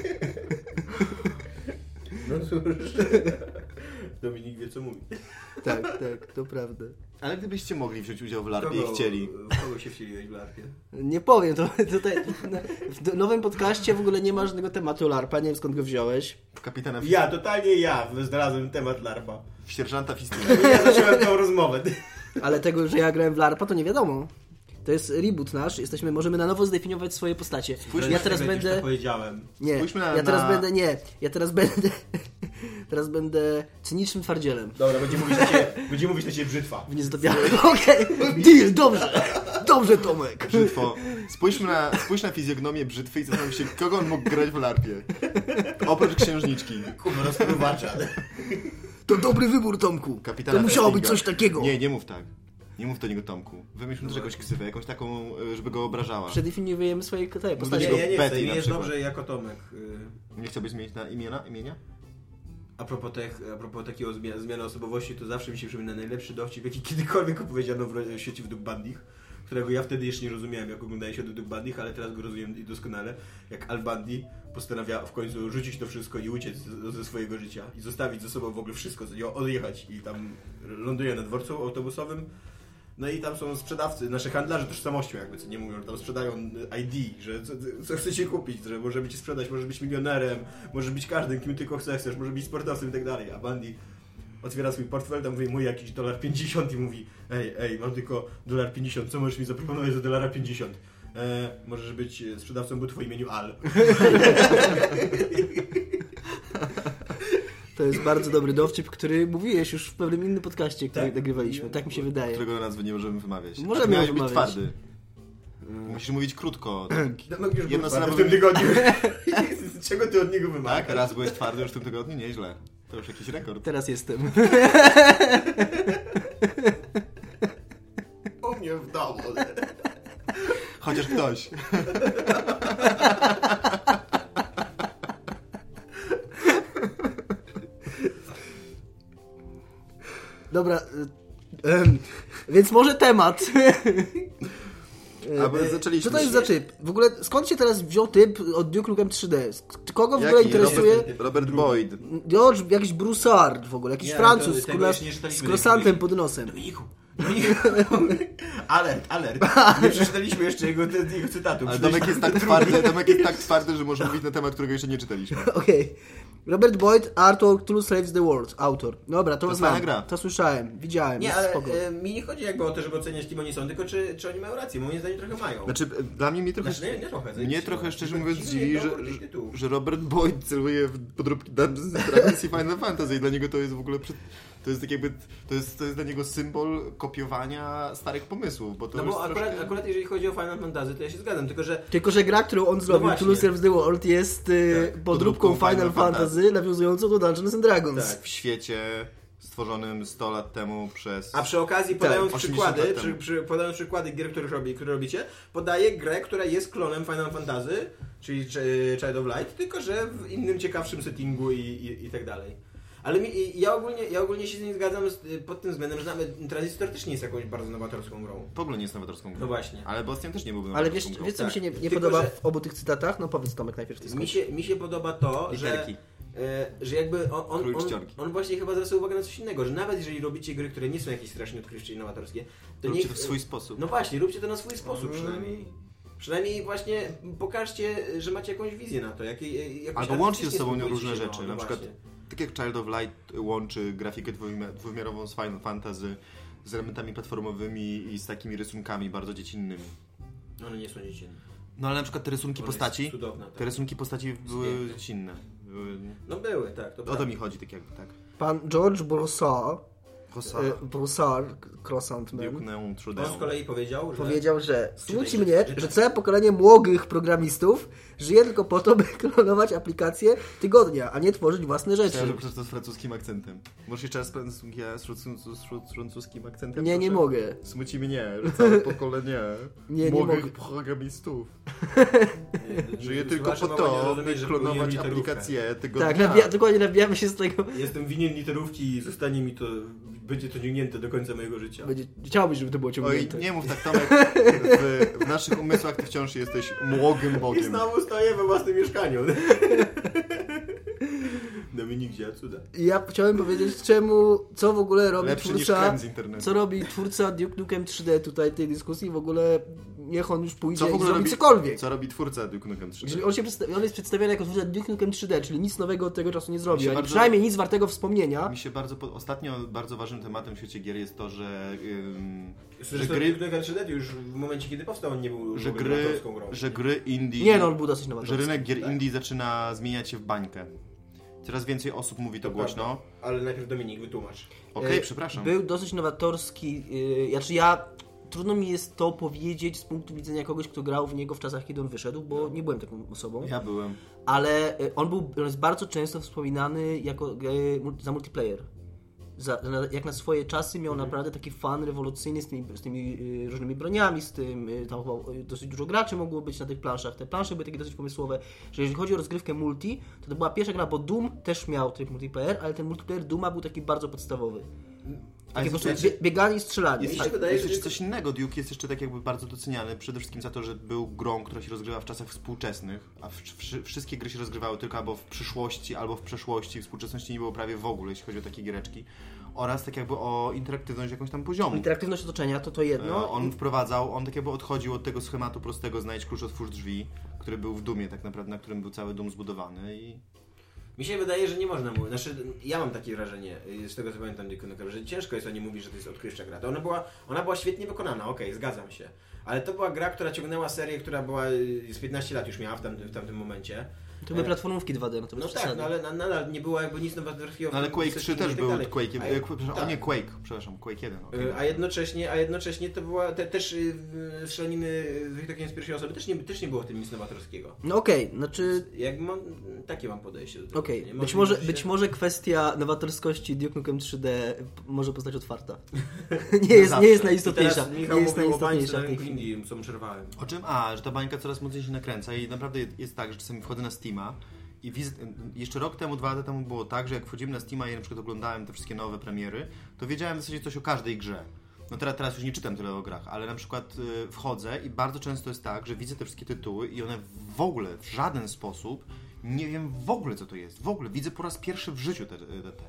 No cóż. Dominik wie, co mówi. Tak, tak, to prawda. Ale gdybyście mogli wziąć udział w larpie Kogo, i chcieli. W kogo się wcieliłeś w larpie? Nie powiem, to tutaj w nowym podcaście w ogóle nie ma żadnego tematu larpa, nie wiem skąd go wziąłeś. Kapitana Ja, totalnie ja znalazłem temat larpa. w sierżanta Fistina. Ja zacząłem tą rozmowę. Ale tego, że ja grałem w larpa, to nie wiadomo. To jest reboot nasz, jesteśmy, możemy na nowo zdefiniować swoje postacie. Spójrzmy, Ja teraz Już będę... to powiedziałem. Nie, Spójrzmy na- ja teraz na- będę, nie, ja teraz będę, teraz będę cynicznym twardzielem. Dobra, będzie mówić na ciebie, będzie mówić na ciebie brzytwa. W niezdobiałym. Okej, deal, dobrze, dobrze Tomek. Brzytwo. Spójrzmy na, spójrz na fizjognomię brzytwy i zastanów się, kogo on mógł grać w larpie. Oprócz księżniczki. Kurwa, rozpruwacza. To dobry wybór, Tomku. Kapitana To musiało być Festiga. coś takiego. Nie, nie mów tak. Nie mów do niego Tomku. Wymyśl też jakąś ksywę, jakąś taką, y, żeby go obrażała. Przedefiniujemy swoje te do postacie. Nie, niego ja nie Betty chcę, mi na jest przykład. dobrze jako Tomek. Y, Nie chciałbyś zmienić na imiona? imienia? A propos, tych, a propos takiego zmian, zmiany osobowości, to zawsze mi się przypomina najlepszy dowcip, jaki kiedykolwiek opowiedziano w ro- świecie według Bandich, którego ja wtedy jeszcze nie rozumiałem, jak oglądałem się według Bandich, ale teraz go rozumiem i doskonale. Jak Al Bundy postanawia w końcu rzucić to wszystko i uciec z- ze swojego życia i zostawić ze sobą w ogóle wszystko, i odjechać i tam ląduje na dworcu autobusowym. No i tam są sprzedawcy, nasze handlarze tożsamością jakby, co nie mówią, że tam sprzedają I D, że co, co chcecie kupić, że możemy ci sprzedać, możesz być milionerem, możesz być każdym, kim tylko chcesz, możesz być sportowcem i tak dalej. A Bundy otwiera swój portfel, tam mówi, mój jakiś dolar pięćdziesiąt i mówi, ej, ej, mam tylko dolar pięćdziesiąt, co możesz mi zaproponować za dolara pięćdziesiąt? E, możesz być sprzedawcą butów o imieniu Al. To jest bardzo dobry dowcip, który mówiłeś już w pewnym innym podcaście, który Tak. nagrywaliśmy. Tak mi się wydaje. Którego nazwy nie możemy wymawiać. Możemy A ty miałeś wymawiać. być twardy. Musisz mówić krótko. No, już Jedno był słowo w tym tygodniu. Czego ty od niego Tak, wymagasz? raz byłeś twardy już w tym tygodniu, nieźle. To już jakiś rekord. Teraz jestem. U mnie w domu. Chociaż ktoś. Dobra, y, em, więc może temat. A bo zaczęliśmy. Co to jest za typ? W ogóle skąd się teraz wziął typ od Duke Nukem trzy D? Kogo w ogóle Jaki? interesuje? Robert, Robert Boyd. George, jakiś Broussard w ogóle, jakiś Nie, Francuz to- z, tego kurwa, jeszcze nie z czytaliśmy, krosantem nie pod nosem. Dominiku, Dominiku. Alert, alert. Nie przeczytaliśmy jeszcze jego, te, jego cytatu. Ale Domek jest tak twardy, Domek jest tak twardy, że może mówić na temat, którego jeszcze nie czytaliśmy. Okej. Robert Boyd, Arthur Cthulhu Saves the World, autor. Dobra, to, To znam, fajna gra. to słyszałem, widziałem, Nie, jest ale spoko. e, mi nie chodzi jakby o to, żeby oceniać, kim oni są, tylko czy, czy oni mają rację. Moim zdaniem trochę mają. Znaczy, dla mnie mnie trochę... Znaczy, nie, nie trochę. Mnie trochę, szczerze Dziwny mówiąc, dziwi, że, dobór tych że, tytułów. że Robert Boyd celuje w podróbki Dungeons and Dragons i Final Fantasy i dla niego to jest w ogóle... Przed... To jest tak jakby... To jest, to jest dla niego symbol kopiowania starych pomysłów, bo to No już bo akurat, troszkę... akurat jeżeli chodzi o Final Fantasy, to ja się zgadzam, tylko że Tylko, że gra, którą on zrobił, właśnie. Cthulhu Saves the World, jest y, Tak, podróbką podróbką Final Final Fantasy, nawiązującą do Dungeons and Dragons. Tak. w świecie stworzonym sto lat temu przez... A przy okazji, podając Tak, przykłady, osiemdziesiąt lat przy, temu. przy, podając przykłady gier, które, robi, które robicie, podaję grę, która jest klonem Final Fantasy, czyli Ch- Child of Light, tylko że w innym, ciekawszym settingu i, i, i tak dalej. Ale mi, i ja, ogólnie, ja ogólnie się z nim zgadzam z, pod tym względem, że nawet Transistor też nie jest jakąś bardzo nowatorską grą. W ogóle nie jest nowatorską grą. No właśnie. Ale Bastian też nie byłby Ale wiesz, nowatorską grą. wiesz co mi się nie, nie Tylko, podoba że- w obu tych cytatach? No powiedz Tomek najpierw ty Mi skąd. się, mi się podoba to, że, Literki. e, że jakby on, on, Król on, czcionki. on właśnie chyba zwraca uwagę na coś innego, że nawet jeżeli robicie gry, które nie są jakieś strasznie odkrywcze i nowatorskie, to Róbcie niech, to w swój sposób. No właśnie, róbcie to na swój sposób Mm. przynajmniej. Przynajmniej właśnie pokażcie, że macie jakąś wizję na to. Jakiej, jakąś Albo łączcie ze artystycznie sobą spróbujcie różne się, rzeczy. no, Na no przykład właśnie. tak jak Child of Light łączy grafikę dwuwymi- dwuwymiarową z Final Fantasy z elementami platformowymi i z takimi rysunkami bardzo dziecinnymi. One nie są dziecinne. No ale na przykład te rysunki Ona postaci, jest cudowna, tak. te rysunki postaci były Piękne. dziecinne. Były... No były, tak. To O to prawda. mi chodzi, tak jakby, tak. Pan George Broussard, Rosa, e, Broussard, Croissant Man, Duke Neum On z Trudeau. kolei powiedział, że... powiedział, że smuci Czytaj, mnie, czytaj. że całe pokolenie młodych programistów żyje tylko po to, by klonować aplikacje tygodnia, a nie tworzyć własne rzeczy. Chciałem, że przez to z francuskim akcentem. Możesz jeszcze raz z, z, z, z francuskim akcentem? Nie, nie proszę? mogę. Smuci mnie, że całe pokolenie Nie, nie młodych mogę. programistów Nie, żyje nie, tylko po słuchacze mogą nie to, rozumieć, by że klonować powinienem literówkę. aplikacje tego Tak, dnia. nabija, dokładnie nabijamy się z tego. Jestem winien literówki i zostanie mi to będzie to ciągnięte do końca mojego życia. Będzie, chciałbyś, żeby to było ciągnięte. Oj, nie mów tak, Tomek. W, w naszych umysłach ty wciąż jesteś młogym Bogiem. I znowu stoję we własnym mieszkaniu. Dominik dzieła cuda. Ja chciałem powiedzieć, czemu, co w ogóle robi Lepszy niż twórca, krem z internetu. co robi twórca Duke Nukem trzy D tutaj tej dyskusji, w ogóle niech on już pójdzie Co w i ogóle zrobi robi, cokolwiek. Co robi twórca Duke Nukem trzy D? Jeżeli on, się przedstawia, on jest przedstawiany jako twórca Duke Nukem trzy D, czyli nic nowego od tego czasu nie zrobił, ani bardzo- przynajmniej nic wartego wspomnienia. Mi się bardzo, po- ostatnio bardzo ważnym tematem w świecie gier jest to, że, ym, że Zresztą gry, Duke Nukem trzy D już w momencie, kiedy powstał, on nie był że w ogóle gry, amatorską grą. że gry indie, Nie no, on był dosyć że nowatorski. rynek gier tak. indie zaczyna zmieniać się w bańkę. Coraz więcej osób mówi to, To głośno. prawda. Ale najpierw Dominik, wytłumacz. Okej, E, przepraszam. Był dosyć nowatorski, yy, znaczy ja, trudno mi jest to powiedzieć z punktu widzenia kogoś, kto grał w niego w czasach, kiedy on wyszedł, bo nie byłem taką osobą. Ja byłem. Ale y, on był on jest bardzo często wspominany jako y, mul- za multiplayer. Za, na, jak na swoje czasy miał Mhm. naprawdę taki fan rewolucyjny z tymi, z tymi y, różnymi broniami, z tym y, tam chyba y, dosyć dużo graczy mogło być na tych planszach. Te plansze były takie dosyć pomysłowe, że jeżeli chodzi o rozgrywkę multi, to to była pierwsza gra, bo Doom też miał tryb multiplayer, ale ten multiplayer Dooma był taki bardzo podstawowy. Takie po jest- prostu bie, bieganie i strzelanie. Jest- I- mi się wydaje, Jest że jeszcze jest- coś innego. Duke jest jeszcze tak jakby bardzo doceniany. Przede wszystkim za to, że był grą, która się rozgrywa w czasach współczesnych, a w, w, wszystkie gry się rozgrywały tylko albo w przyszłości, albo w przeszłości. Współczesności nie było prawie w ogóle, jeśli chodzi o takie giereczki. Oraz tak jakby o interaktywność jakąś tam poziomu. Interaktywność otoczenia to to jedno. No, on wprowadzał, on tak jakby odchodził od tego schematu prostego znajdź klucz, otwórz drzwi, który był w Doomie tak naprawdę, na którym był cały Doom zbudowany i... Mi się wydaje, że nie można mówić. Znaczy, ja mam takie wrażenie, y, z tego co pamiętam Duke Nukem, że ciężko jest o niej mówić, że to jest odkrywcza gra. To ona była, ona była świetnie wykonana, okej, zgadzam się. Ale to była gra, która ciągnęła serię, która była y, z piętnaście lat już miała w tamtym, w tamtym momencie. To były platformówki dwa D, no to No bez tak, przesady. no ale na- nadal nie było jakby nic nowatorskiego. No ale Quake trzy też był Quake'iem, A, e, przepraszam, tak. o nie Quake, przepraszam, Quake jeden. okej. Y, A jednocześnie, a jednocześnie to była te, też y, y, strzelaniny z takiej z pierwszej osoby, też nie, też nie było w tym nic nowatorskiego. No okej, znaczy... Jak mam, takie mam podejście do tego. Okej, Nie? być, Możliwe, może, że się- być może kwestia nowatorskości Duke Nukem trzy D p- może pozostać otwarta. nie, jest, nie jest I najistotniejsza. teraz Michał Nie jest mówił o bańce najistotniejsza na w tej rynku chwili. Indii, co przerwałem. O czym? A, że ta bańka coraz mocniej się nakręca i naprawdę jest tak, że czasami wchodzę na Steama i wiz... jeszcze rok temu, dwa lata temu było tak, że jak wchodzimy na Steama i na przykład oglądałem te wszystkie nowe premiery, to wiedziałem w zasadzie coś o każdej grze. No teraz, teraz już nie czytam tyle o grach, ale na przykład y, wchodzę i bardzo często jest tak, że widzę te wszystkie tytuły i one w ogóle, w żaden sposób nie wiem w ogóle co to jest. W ogóle widzę po raz pierwszy w życiu te, te, te.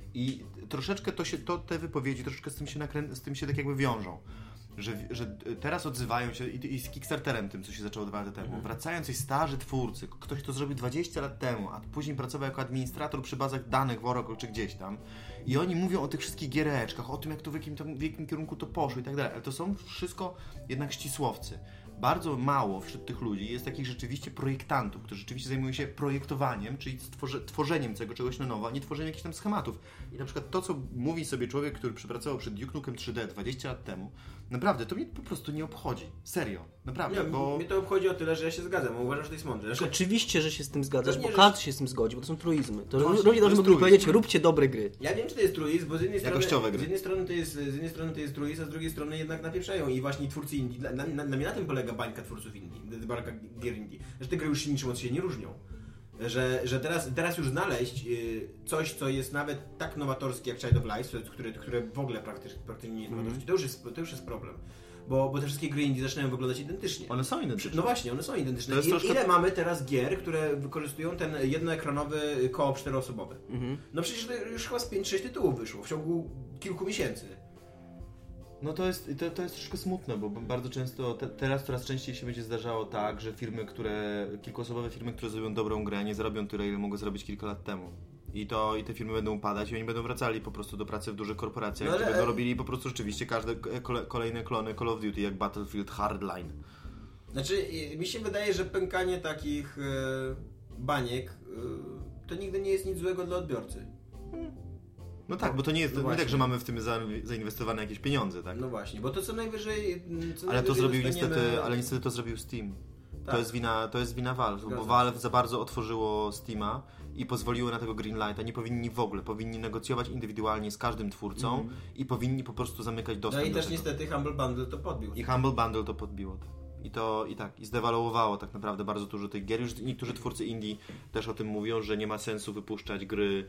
I troszeczkę to się, to, te wypowiedzi troszeczkę z tym się, nakrę... z tym się tak jakby wiążą. Że, że teraz odzywają się i, i z Kickstarterem tym, co się zaczęło dwa lata temu. Mhm. Wracają coś starzy twórcy, ktoś to zrobił dwadzieścia lat temu, a później pracował jako administrator przy bazach danych w Oracle czy gdzieś tam. I oni mówią o tych wszystkich giereczkach, o tym, jak to w jakim, tam, w jakim kierunku to poszło i tak dalej. Ale to są wszystko jednak ścisłowcy. Bardzo mało wśród tych ludzi jest takich rzeczywiście projektantów, którzy rzeczywiście zajmują się projektowaniem, czyli stworze, tworzeniem tego czegoś na nowo, a nie tworzeniem jakichś tam schematów. I na przykład to, co mówi sobie człowiek, który przepracował przed Duke Nukem trzy D dwadzieścia lat temu, naprawdę to mnie po prostu nie obchodzi. Serio. Naprawdę, Nie, bo... mnie to obchodzi o tyle, że ja się zgadzam, bo uważam, że to jest mądre. Znaczy, Oczywiście, że się z tym zgadzasz, To nie, bo że- każdy się z tym zgodzi, bo to są truizmy. To Właśnie, ludzie to dobrze jest mogli truizm. powiedzieć, róbcie dobre gry. ja wiem, czy to jest truizm, bo z jednej strony, Jakościowe gry. z jednej strony to jest, z jednej strony to jest truizm, a z drugiej strony jednak napieprzają i właśnie twórcy indie, na, na, na, na mnie na tym polega bańka twórców indie, bańka gier indie, że te gry już się niczym od siebie nie różnią. Że, że teraz, teraz już znaleźć y, coś, co jest nawet tak nowatorskie jak Child of Light, które, które w ogóle praktycznie, praktycznie nie jest Mhm. nowatorskie, to już jest, to już jest problem. Bo, bo te wszystkie gry indie zaczynają wyglądać identycznie. One są identyczne. No właśnie, one są identyczne. To jest I, troszkę- Ile mamy teraz gier, które wykorzystują ten jednoekranowy koop czteroosobowy? Mhm. No przecież to już chyba z pięć sześć tytułów wyszło w ciągu kilku miesięcy. No to jest, to, to jest troszkę smutne, bo bardzo często, te, teraz coraz częściej się będzie zdarzało tak, że firmy, które, kilkuosobowe firmy, które zrobią dobrą grę, nie zarobią tyle, ile mogły zrobić kilka lat temu. I to i te firmy będą upadać i oni będą wracali po prostu do pracy w dużych korporacjach, No ale- gdzie będą robili po prostu rzeczywiście każde kole, kolejne klony Call of Duty, jak Battlefield Hardline. Znaczy, y, mi się wydaje, że pękanie takich e, baniek e, to nigdy nie jest nic złego dla odbiorcy. No tak, bo to nie jest No nie tak, właśnie. że mamy w tym za, zainwestowane jakieś pieniądze, tak? No właśnie, bo to co najwyżej... Co Ale to najwyżej zrobił dostaniemy- niestety, ale niestety to zrobił Steam. Tak. To jest wina, to jest wina Valve, bo Zgadzam Valve za bardzo otworzyło Steama i pozwoliło na tego Greenlighta. Nie powinni w ogóle, powinni negocjować indywidualnie z każdym twórcą Mhm. i powinni po prostu zamykać No dostęp i do też tego. niestety Humble Bundle to podbił. I Humble Bundle to podbiło. Tak. I to i tak, i zdewaluowało tak naprawdę bardzo dużo tych gier. Już niektórzy twórcy indie też o tym mówią, że nie ma sensu wypuszczać gry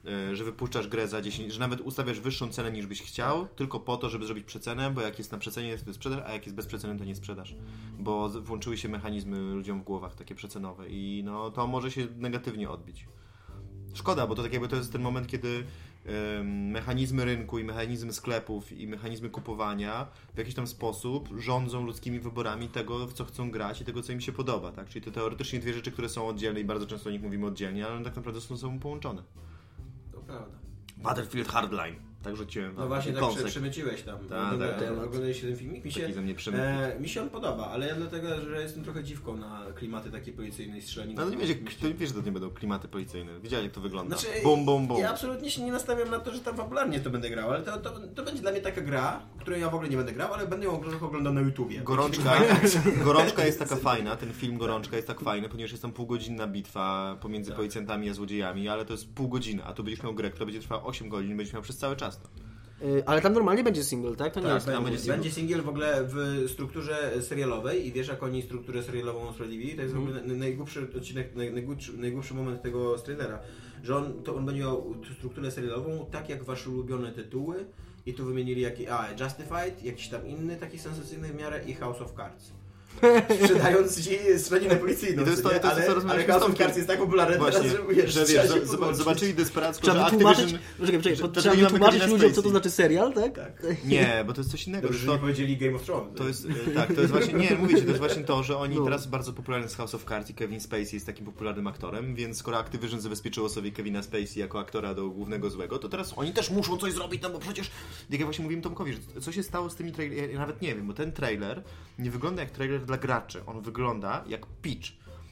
że wypuszczasz grę za dziesięć, że nawet ustawiasz wyższą cenę niż byś chciał, tylko po to, żeby zrobić przecenę, bo jak jest na przecenie, to sprzedaż, a jak jest bez przeceny, to nie sprzedaż. Bo włączyły się mechanizmy ludziom w głowach takie przecenowe i no to może się negatywnie odbić. Szkoda, bo to tak jakby to jest ten moment, kiedy ym, mechanizmy rynku i mechanizmy sklepów i mechanizmy kupowania w jakiś tam sposób rządzą ludzkimi wyborami tego, w co chcą grać i tego, co im się podoba, tak? Czyli to teoretycznie dwie rzeczy, które są oddzielne i bardzo często o nich mówimy oddzielnie, ale one tak naprawdę są ze sobą połączone. To prawda. Battlefield Hardline. Tak rzuciłem. No właśnie, tak prze, przemyciłeś tam. Ta, tak, tak. Oglądałeś ten filmik? Mi się, e, mi się on podoba, ale ja dlatego, że jestem trochę dziwką na klimaty takiej policyjnej strzelaniny. No to nie wiesz, to nie wiesz, że to nie będą klimaty policyjne. Widziałeś, jak to wygląda. Znaczy, bum, bum, bum. Ja absolutnie się nie nastawiam na to, że tam fabularnie to będę grał, ale to, to, to będzie dla mnie taka gra, którą ja w ogóle nie będę grał, ale będę ją oglądał na YouTubie. Gorączka, gorączka jest taka fajna, ten film Gorączka jest tak fajny, ponieważ jest tam półgodzinna bitwa pomiędzy tak. policjantami a złodziejami, ale to jest pół godziny, a tu będziesz miał grę, która będzie trwała osiem godzin i będziesz miał przez cały czas. Ale tam normalnie będzie single, tak? To nie tak, jest będzie, będzie, single. będzie single w ogóle w strukturze serialowej i wiesz, jak oni strukturę serialową usprawiedliwili? To jest mm. w ogóle najgłupszy odcinek, najgłupszy, najgłupszy moment tego trailera, że on, to on będzie miał strukturę serialową tak jak wasze ulubione tytuły i tu wymienili jaki, a Justified, jakiś tam inny taki sensacyjny w miarę i House of Cards. Sprzedając ci strzelaninę policyjną, to jest to, to, ale, to, ale House of Cards jest tak popularny właśnie, teraz, że wiesz, że wiesz, z, zobaczyli desperacko, trzeba że Activision... Poczekaj, poczekaj, że, trzeba wytłumaczyć ludziom, co to znaczy serial, tak? tak. Nie, bo to jest coś innego. Dobrze, że nie powiedzieli Game of Thrones. To jest, tak, to jest właśnie, nie, mówię ci, to jest właśnie to, że oni no. teraz bardzo popularny z House of Cards i Kevin Spacey jest takim popularnym aktorem, więc skoro Activision zabezpieczyło sobie Kevina Spacey jako aktora do głównego złego, to teraz oni też muszą coś zrobić, no bo przecież, jak ja właśnie mówiłem Tomkowi, że co się stało z tymi trailerami, ja nawet nie wiem, bo ten trailer nie wygląda jak trailer dla graczy, on wygląda jak pitch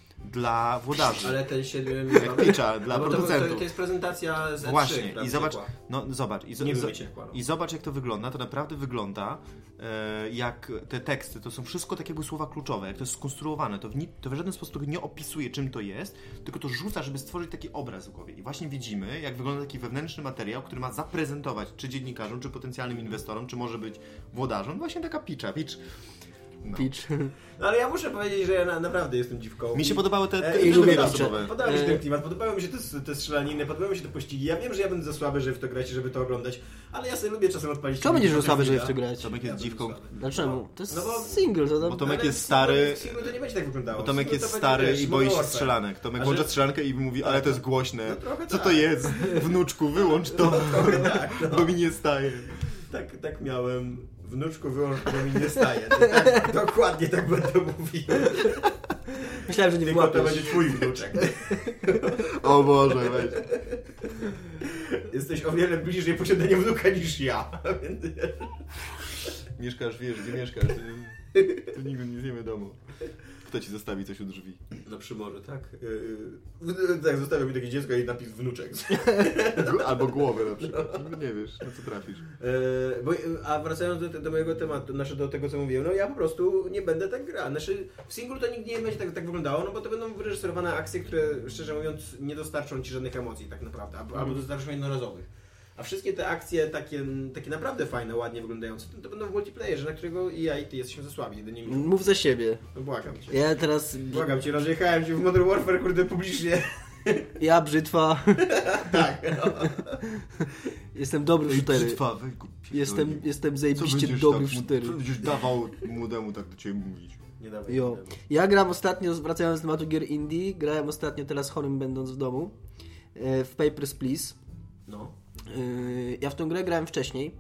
dla włodarzy. Ale ten siedmiu jak pitcha dla no producentów. To, to jest prezentacja z E trzy. Właśnie. I zobacz, no zobacz. I, zo, nie zo, ciekła, no. I zobacz, jak to wygląda. To naprawdę wygląda e, jak te teksty. To są wszystko takie jakby słowa kluczowe. Jak to jest skonstruowane. To w, ni, to w żaden sposób nie opisuje, czym to jest, tylko to rzuca, żeby stworzyć taki obraz w głowie. I właśnie widzimy, jak wygląda taki wewnętrzny materiał, który ma zaprezentować czy dziennikarzom, czy potencjalnym inwestorom, czy może być włodarzom. Właśnie taka pitcha. Pitch. No. Pitch. No ale ja muszę powiedzieć, że ja na, naprawdę jestem dziwką. Mi się podobały te, te, te i lubię osobowe. Podoba mi się ten klimat, podobały mi się te, te strzelaniny, podobały mi się te pościgi. Ja wiem, że ja będę za słaby, żeby w to grać i żeby to oglądać, ale ja sobie lubię czasem odpalić. Czemu będziesz za słaby, żeby w to grać? Tomek jest dziwką. Dlaczego? To jest no bo, single. To bo Tomek jest stary. Single to nie będzie tak wyglądało. Bo Tomek jest stary i boi się strzelanek. Tomek włącza strzelankę i mówi, ale to jest głośne. Co to jest? Wnuczku, wyłącz to, bo mi nie staje. Tak, tak miałem. Wnuczku, wyłącz, bo mi nie staje. Tak, dokładnie tak będę mówił. Myślałem, że nie wyłapiesz. To będzie twój wnuczek. O Boże, weź. Jesteś o wiele bliżej posiadania wnuka niż ja. Mieszkasz, wiesz, gdzie mieszkasz. To nigdy nie wiemy domu. Kto ci zostawi coś u drzwi? Na przymorze, tak. Yy, tak, zostawia mi takie dziecko i napis wnuczek. Albo głowę na przykład. No. Nie wiesz, na co trafisz. Yy, bo, a wracając do, do mojego tematu, znaczy do tego, co mówiłem, no ja po prostu nie będę tak grał. Znaczy, w singlu to nigdy nie będzie tak, tak wyglądało, no bo to będą wyreżyserowane akcje, które szczerze mówiąc nie dostarczą ci żadnych emocji tak naprawdę, albo, mm. albo dostarczą jednorazowych. A wszystkie te akcje takie, takie naprawdę fajne, ładnie wyglądające, to, to będą w multiplayerze, na którego i ja i ty jesteśmy za słabi. Jedynie mi... Mów za siebie. No błagam cię. Ja teraz... Błagam cię, rozjechałem cię w Modern Warfare, kurde, publicznie. Ja, brzytwa. Tak. No. Jestem dobry w shootery. Brzytwa, weź go, jestem, jestem zajebiście dobry w shootery. Co będziesz dawał młodemu tak do ciebie mówić? Nie dawaj, jo. nie dawaj. Ja gram ostatnio, wracając do tematu gier indie, grałem ostatnio teraz chorym będąc w domu w Papers, Please. No. Ja w tę grę grałem wcześniej,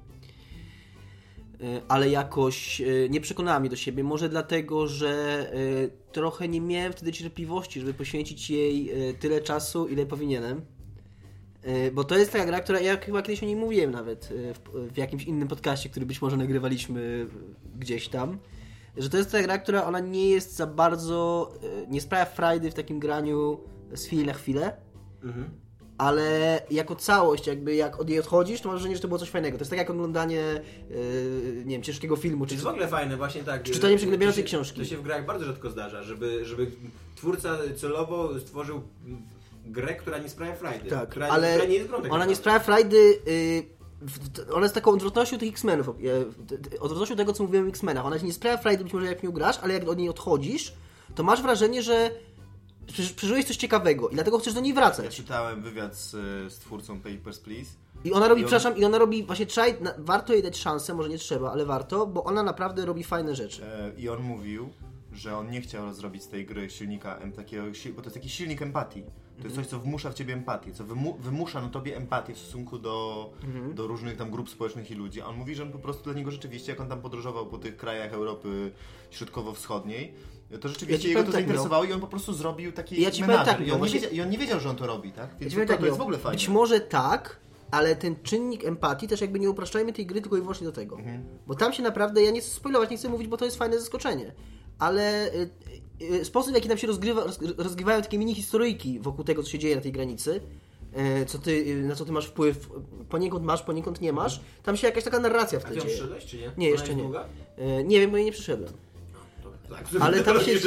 ale jakoś nie przekonała mnie do siebie. Może dlatego, że trochę nie miałem wtedy cierpliwości, żeby poświęcić jej tyle czasu, ile powinienem. Bo to jest taka gra, która ja chyba kiedyś o niej mówiłem nawet w, w jakimś innym podcaście, który być może nagrywaliśmy gdzieś tam. Że to jest taka gra, która ona nie jest za bardzo, nie sprawia frajdy w takim graniu z chwili na chwilę. Mhm. Ale jako całość, jakby jak od niej odchodzisz, to masz wrażenie, że to było coś fajnego. To jest tak jak oglądanie, yy, nie wiem, ciężkiego filmu. Czy to jest w ogóle fajne, właśnie tak. Czy czytanie przygnębiającej książki. To się w grach bardzo rzadko zdarza, żeby, żeby twórca celowo stworzył grę, która nie sprawia frajdy. Tak, która, ale która nie jest grą, tak ona nie sprawia frajdy, yy, ona jest taką odwrotnością tych X-Menów. Yy, odwrotnością tego, co mówiłem o X-Menach. Ona ci nie sprawia frajdy, być może jak w nią grasz, ale jak od niej odchodzisz, to masz wrażenie, że przeżyłeś coś ciekawego i dlatego chcesz do niej wracać. Ja czytałem wywiad z, z twórcą Papers, Please. I ona robi, I on... przepraszam, i ona robi, właśnie trzeba, na, warto jej dać szansę, może nie trzeba, ale warto, bo ona naprawdę robi fajne rzeczy. E, I on mówił, że on nie chciał zrobić z tej gry silnika, em, takiego, bo to jest taki silnik empatii. To jest coś, co wmusza w ciebie empatię, co wymu wymusza na tobie empatię w stosunku do, mhm. do różnych tam grup społecznych i ludzi. A on mówi, że on po prostu dla niego rzeczywiście, jak on tam podróżował po tych krajach Europy Środkowo-Wschodniej, to rzeczywiście ja jego to tak zainteresowało no. i on po prostu zrobił taki ja menażer. Tak, I, on no, nie wiedział, I on nie wiedział, że on to robi, tak? Więc ja to, tak, to jest w ogóle fajne. Być może tak, ale ten czynnik empatii też jakby nie upraszczajmy tej gry tylko i wyłącznie do tego. Mhm. Bo tam się naprawdę, ja nie chcę spoilować, nie chcę mówić, bo to jest fajne zaskoczenie. Ale y, y, sposób, w jaki tam się rozgrywa, roz, rozgrywają takie mini historyjki wokół tego, co się dzieje na tej granicy, y, co ty, y, na co ty masz wpływ, poniekąd masz, poniekąd nie masz, tam się jakaś taka narracja w A tle ty dzieje. przyszedłeś, czy nie? Nie, jeszcze nie. Y, nie wiem, bo ja nie przyszedłem. No, tak, ale tam się...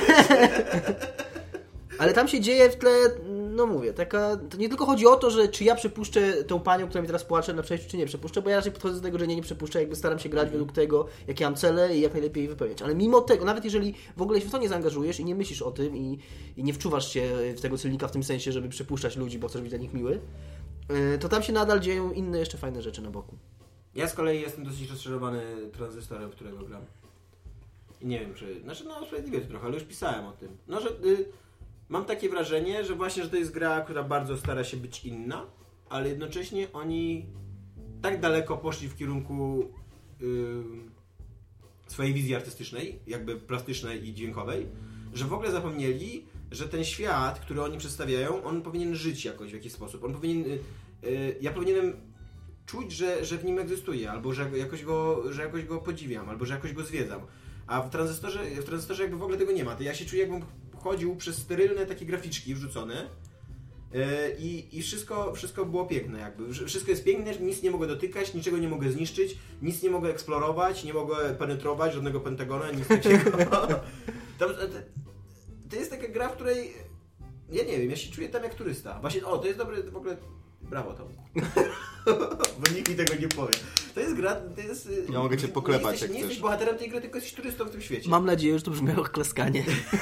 Ale tam się dzieje w tle, no mówię, taka... To nie tylko chodzi o to, że czy ja przepuszczę tą panią, która mi teraz płacze na przejściu, czy nie przepuszczę, bo ja raczej podchodzę do tego, że nie, nie przepuszczę, jakby staram się grać mm. według tego, jakie mam cele i jak najlepiej je wypełniać. Ale mimo tego, nawet jeżeli w ogóle się w to nie zaangażujesz i nie myślisz o tym i, i nie wczuwasz się w tego celnika w tym sensie, żeby przepuszczać ludzi, bo chcesz być dla nich miły, to tam się nadal dzieją inne jeszcze fajne rzeczy na boku. Ja z kolei jestem dosyć rozczarowany tranzystorem, w którego gram. I nie wiem, czy... Znaczy, no, sprawiedliwie to trochę, ale już pisałem o tym. No, że... Y Mam takie wrażenie, że właśnie, że to jest gra, która bardzo stara się być inna, ale jednocześnie oni tak daleko poszli w kierunku yy, swojej wizji artystycznej, jakby plastycznej i dźwiękowej, że w ogóle zapomnieli, że ten świat, który oni przedstawiają, on powinien żyć jakoś w jakiś sposób. On powinien... Yy, yy, ja powinienem czuć, że, że w nim egzystuje, albo że jakoś, go, że jakoś go podziwiam, albo że jakoś go zwiedzam. A w tranzystorze, w tranzystorze jakby w ogóle tego nie ma. To ja się czuję, jakbym chodził przez sterylne takie graficzki wrzucone yy, i, i wszystko, wszystko było piękne jakby. Wszystko jest piękne, nic nie mogę dotykać, niczego nie mogę zniszczyć, nic nie mogę eksplorować, nie mogę penetrować żadnego pentagona, nic takiego. to, to jest taka gra, w której ja nie wiem, ja się czuję tam jak turysta. Właśnie, o, to jest dobre, w ogóle brawo Tomku. Bo nikt mi tego nie powie. To jest gra, to jest... Ja mogę cię poklepać, nie jesteś, jak nie chcesz. jesteś bohaterem tej gry, tylko jesteś turystą w tym świecie. Mam nadzieję, że to brzmiało jak klaskanie.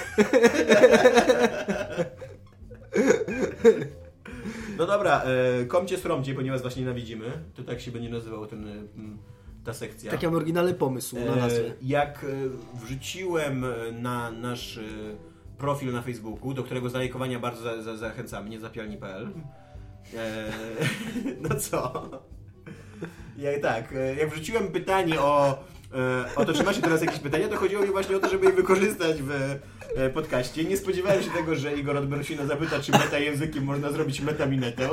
No dobra, e, komcie sromcie, ponieważ właśnie nienawidzimy. To tak się będzie nazywał ten, ta sekcja. Taki mam oryginalny pomysł na nazwę. E, jak wrzuciłem na nasz profil na Facebooku, do którego zalajkowania bardzo za, za, zachęcamy, niezapialni kropka p l. E, no co? Jak tak, jak wrzuciłem pytanie o, o to, czy macie teraz jakieś pytania, to chodziło mi właśnie o to, żeby je wykorzystać w podcaście. Nie spodziewałem się tego, że Igor od Berusina zapyta, czy meta językiem można zrobić metaminetę.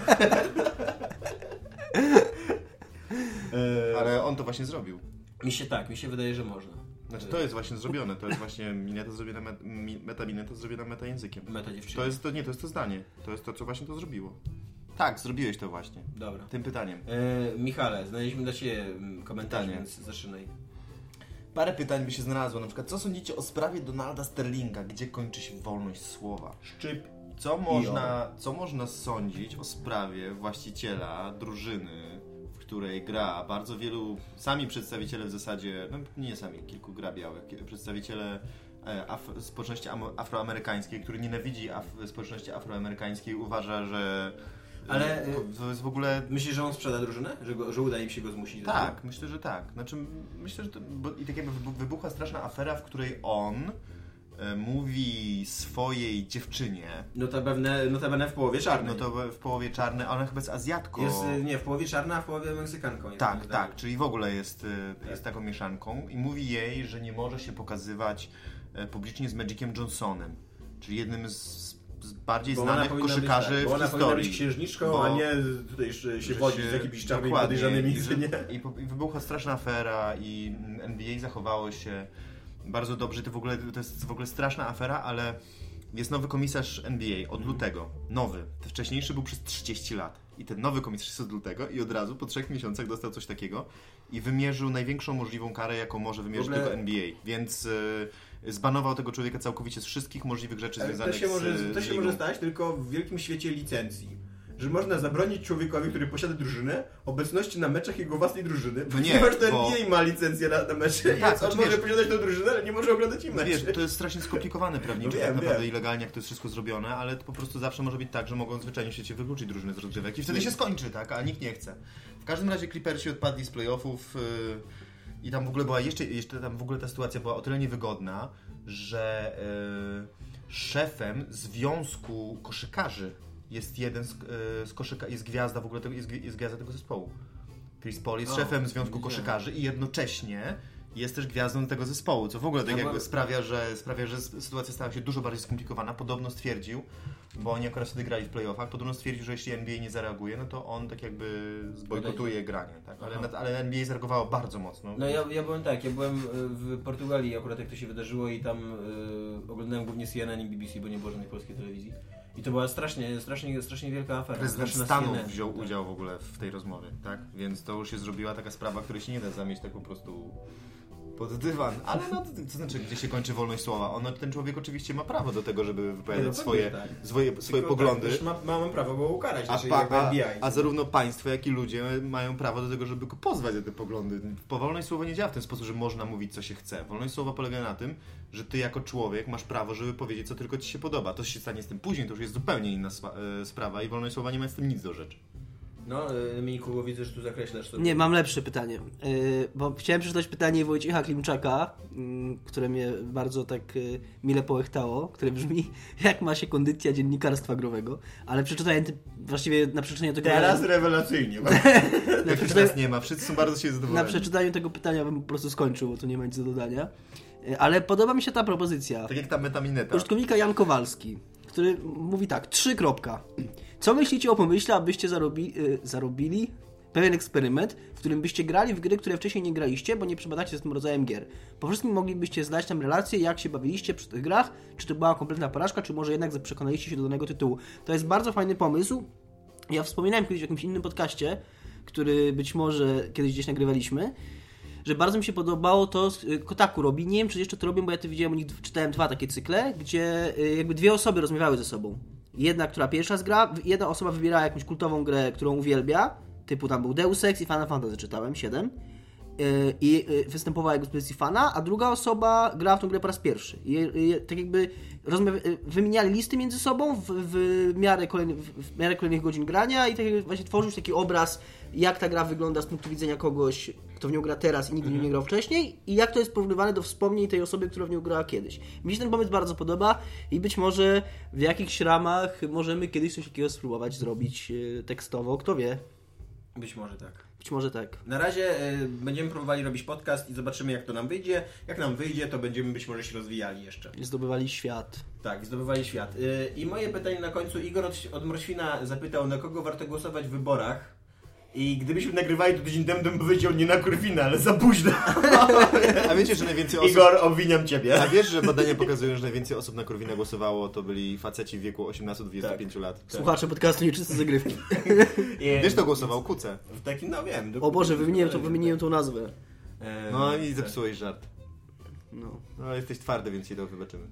Ale on to właśnie zrobił. Mi się tak, mi się wydaje, że można. Znaczy to jest właśnie zrobione, to jest właśnie mineta zrobiona, metamineta zrobiona metajęzykiem. Meta dziewczyna. To jest to, nie, to jest to zdanie. To jest to, co właśnie to zrobiło. Tak, zrobiłeś to właśnie. Dobra. Tym pytaniem. E, Michale, znaleźliśmy dla Ciebie komentarz, więc zaczynaj. Parę pytań by się znalazło. Na przykład, co sądzicie o sprawie Donalda Sterlinga? Gdzie kończy się wolność słowa? Szczyp. Co można, co można sądzić o sprawie właściciela drużyny, w której gra bardzo wielu, sami przedstawiciele w zasadzie, no nie sami, kilku gra białych, przedstawiciele Af społeczności afroamerykańskiej, który nienawidzi af społeczności afroamerykańskiej, uważa, że ale to jest w ogóle... Myślisz, że on sprzeda drużynę? Że, go, że uda im się go zmusić? Tak, do myślę, że tak. Znaczy, myślę, że to, bo i tak jakby wybuchła straszna afera, w której on e, mówi swojej dziewczynie... Notabene, notabene w połowie czarnej. No to w połowie czarnej, ona chyba jest Azjatką. Jest, nie, w połowie czarna, a w połowie Meksykanką. Tak, tak, czyli w ogóle jest, tak. jest taką mieszanką i mówi jej, że nie może się pokazywać publicznie z Magiciem Johnsonem, czyli jednym z, z bardziej bo znanych koszykarzy być, tak, bo w ona historii. Ona być księżniczką, bo, a nie tutaj się wodzić z jakimiś czarnymi podejrzanymi. I, i, I wybuchła straszna afera i N B A zachowało się bardzo dobrze. To, w ogóle, to jest w ogóle straszna afera, ale jest nowy komisarz N B A od lutego. Nowy. Ten wcześniejszy był przez trzydzieści lat. I ten nowy komisarz jest od lutego i od razu po trzech miesiącach dostał coś takiego i wymierzył największą możliwą karę, jaką może wymierzyć ogóle... tylko N B A. Więc yy, zbanował tego człowieka całkowicie z wszystkich możliwych rzeczy ale związanych to się może, z To się ligą. może stać tylko w wielkim świecie licencji. że można zabronić człowiekowi, który posiada drużynę, obecności na meczach jego własnej drużyny, no nie, ponieważ ten bo... N B A ma licencję na, na mecze, tak, więc on znaczy, może wiesz, posiadać tę drużynę, ale nie może oglądać im no meczy. wiesz, to jest strasznie skomplikowane prawniczo, no wiem, tak naprawdę wiem. i legalnie, jak to jest wszystko zrobione, ale to po prostu zawsze może być tak, że mogą zwyczajnie się cię wykluczyć drużyny z rozgrywek i wtedy się skończy, tak, a nikt nie chce. W każdym razie Clippersi odpadli z playoffów yy, i tam w ogóle była jeszcze, jeszcze tam w ogóle ta sytuacja była o tyle niewygodna, że yy, szefem Związku Koszykarzy jest jeden z, yy, z koszyka, jest gwiazda w ogóle tego, jest, jest gwiazda tego zespołu. Chris Paul jest o, szefem Związku Koszykarzy i jednocześnie jest też gwiazdą tego zespołu, co w ogóle tak ja jakby byłem... sprawia, że, sprawia, że sytuacja stała się dużo bardziej skomplikowana. Podobno stwierdził, bo oni akurat wtedy grali w playoffach, podobno stwierdził, że jeśli N B A nie zareaguje, no to on tak jakby zbojkotuje granie, tak? Ale, ale N B A zareagowało bardzo mocno. No ja, ja byłem tak, ja byłem w Portugalii akurat jak to się wydarzyło i tam y, oglądałem głównie C N N i B B C, bo nie było żadnej polskiej telewizji. I to była strasznie, strasznie, strasznie wielka afera. Prezydent Straszna Stanów C N N. wziął udział w ogóle w tej rozmowie, tak? Więc to już się zrobiła taka sprawa, której się nie da zamieść tak po prostu pod dywan. Ale no, to, to znaczy, gdzie się kończy wolność słowa? On, ten człowiek oczywiście ma prawo do tego, żeby wypowiadać no, swoje, tak. swoje, swoje poglądy. Tak, ma, ma, mam prawo go ukarać, a, znaczy pa, a, N B A. a zarówno państwo, jak i ludzie mają prawo do tego, żeby go pozwać za te poglądy. Wolność słowa nie działa w ten sposób, że można mówić, co się chce. Wolność słowa polega na tym, że ty jako człowiek masz prawo, żeby powiedzieć, co tylko ci się podoba. To się stanie z tym później, to już jest zupełnie inna sprawa i wolność słowa nie ma z tym nic do rzeczy. No, Miniku, widzę, że tu zakreślasz sobie. Nie, mam lepsze pytanie, yy, bo chciałem przeczytać pytanie Wojciecha Klimczaka, yy, które mnie bardzo tak yy, mile połechtało, które brzmi, jak ma się kondycja dziennikarstwa growego, ale przeczytałem właściwie na przeczytaniu tego... Teraz rewelacyjnie. na, przeczytaniu... Teraz nie ma, wszyscy są bardzo się zadowoleni. Na przeczytaniu tego pytania bym po prostu skończył, bo tu nie ma nic do dodania, yy, ale podoba mi się ta propozycja. Tak jak ta metamineta. Użytkownika Jan Kowalski, który mówi tak, trzy kropka. Co myślicie o pomyśle, abyście zarobi, yy, zarobili pewien eksperyment, w którym byście grali w gry, które wcześniej nie graliście, bo nie przebadacie z tym rodzajem gier. Po wszystkim moglibyście znać tam relacje, jak się bawiliście przy tych grach, czy to była kompletna porażka, czy może jednak przekonaliście się do danego tytułu. To jest bardzo fajny pomysł. Ja wspominałem kiedyś w jakimś innym podcaście, który być może kiedyś gdzieś nagrywaliśmy, że bardzo mi się podobało to, Kotaku robi, nie wiem czy jeszcze to robią, bo ja to widziałem u nich, czytałem dwa takie cykle, gdzie jakby dwie osoby rozmawiały ze sobą. Jedna, która pierwsza gra, jedna osoba wybierała jakąś kultową grę, którą uwielbia, typu tam był Deus Ex i Final Fantasy czytałem, siedem, i występowała jako z pozycji fana, a druga osoba grała w tą grę po raz pierwszy. I, i tak jakby rozmawia, wymieniali listy między sobą w, w, miarę kolejny, w miarę kolejnych godzin grania i tak właśnie tworzył taki obraz, jak ta gra wygląda z punktu widzenia kogoś, kto w nią gra teraz i nigdy mhm. nie grał wcześniej i jak to jest porównywane do wspomnień tej osoby, która w nią grała kiedyś. Mi się ten pomysł bardzo podoba i być może w jakichś ramach możemy kiedyś coś takiego spróbować zrobić tekstowo, kto wie. Być może tak. Być może tak. Na razie y, będziemy próbowali robić podcast i zobaczymy, jak to nam wyjdzie. Jak nam wyjdzie, to będziemy być może się rozwijali jeszcze. I zdobywali świat. Tak, zdobywali świat. Y, I moje pytanie na końcu. Igor od, od Morświna zapytał, na kogo warto głosować w wyborach. I gdybyśmy nagrywali to tydzień temu, to bym powiedział nie na Korwina, ale za późno. A wiecie, że najwięcej osób... Igor, obwiniam ciebie. A wiesz, że badania pokazują, że najwięcej osób na Korwina głosowało, to byli faceci w wieku osiemnaście do dwudziestu pięciu tak. lat. Słuchacze podcastu Nieczyste Zagrywki. Wiesz, kto głosował? Kuce. W takim, no wiem. O Boże, wymieniłem, to, wymieniłem tą nazwę. Eee, no i zepsułeś żart. No. No jesteś twardy, więc ci to wybaczymy.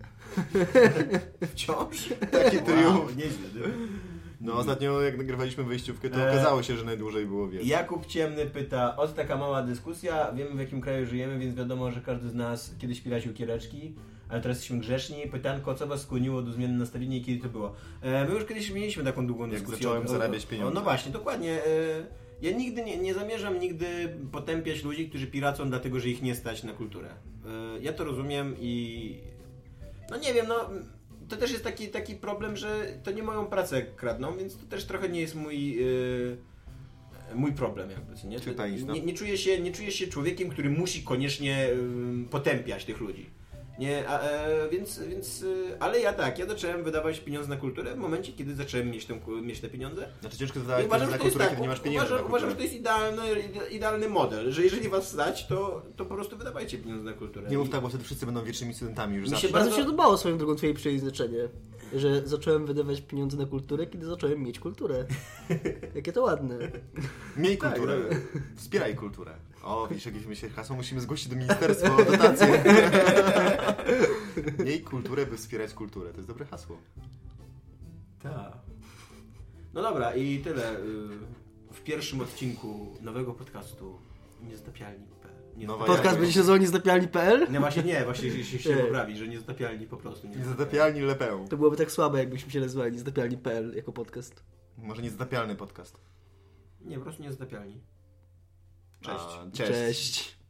Wciąż? Taki triumf. Wow, nieźle. No ostatnio jak nagrywaliśmy wyjściówkę, to okazało się, że najdłużej było wiele. Jakub Ciemny pyta, od taka mała dyskusja, wiemy w jakim kraju żyjemy, więc wiadomo, że każdy z nas kiedyś piracił kiereczki, ale teraz jesteśmy grzeszni. Pytanko, co was skłoniło do zmiany nastawienia i kiedy to było? E, my już kiedyś mieliśmy taką długą dyskusję. Jak zacząłem o, zarabiać o, pieniądze. O, no właśnie, dokładnie. E, ja nigdy nie, nie zamierzam nigdy potępiać ludzi, którzy piracą dlatego, że ich nie stać na kulturę. E, ja to rozumiem i... No nie wiem, no... To też jest taki, taki problem, że to nie moją pracę kradną, więc to też trochę nie jest mój, yy, mój problem jakby, co nie? Czytaliś, no. nie, nie, czuję się, nie czuję się człowiekiem, który musi koniecznie yy, potępiać tych ludzi. Nie, a, e, więc, więc, e, ale ja tak, ja zacząłem wydawać pieniądze na kulturę w momencie, kiedy zacząłem mieć, tę, mieć te pieniądze. Znaczy ciężko wydawać uważam, pieniądze na kulturę, tak, kiedy nie masz pieniędzy uważam, na uważam, że to jest idealny, idealny model, że jeżeli was stać, to, to po prostu wydawajcie pieniądze na kulturę. Nie mów tak, bo wtedy wszyscy będą wiecznymi studentami już Mi zawsze. się bardzo się podobało swoją drogą twoje przeznaczenie, że zacząłem wydawać pieniądze na kulturę, kiedy zacząłem mieć kulturę. Jakie to ładne. Miej kulturę. Tak, wspieraj kulturę. O, widzisz, jakieś myślę hasło, musimy zgłosić do ministerstwa o dotację. Miej kulturę, by wspierać kulturę. To jest dobre hasło. Tak. No dobra, i tyle. W pierwszym odcinku nowego podcastu Niezatapialni kropka p l. Nowa Podcast jakość. będzie się nazywał niezatapialni kropka p l? No właśnie nie, właśnie się, się, się Nie. poprawi, że Niezatapialni po prostu. Niezatapialni Lepę. To byłoby tak słabe, jakbyśmy się nazywali niezatapialni kropka p l jako podcast. Może niezatapialny podcast. Nie, po prostu Niezatapialni. Cześć. Cześć.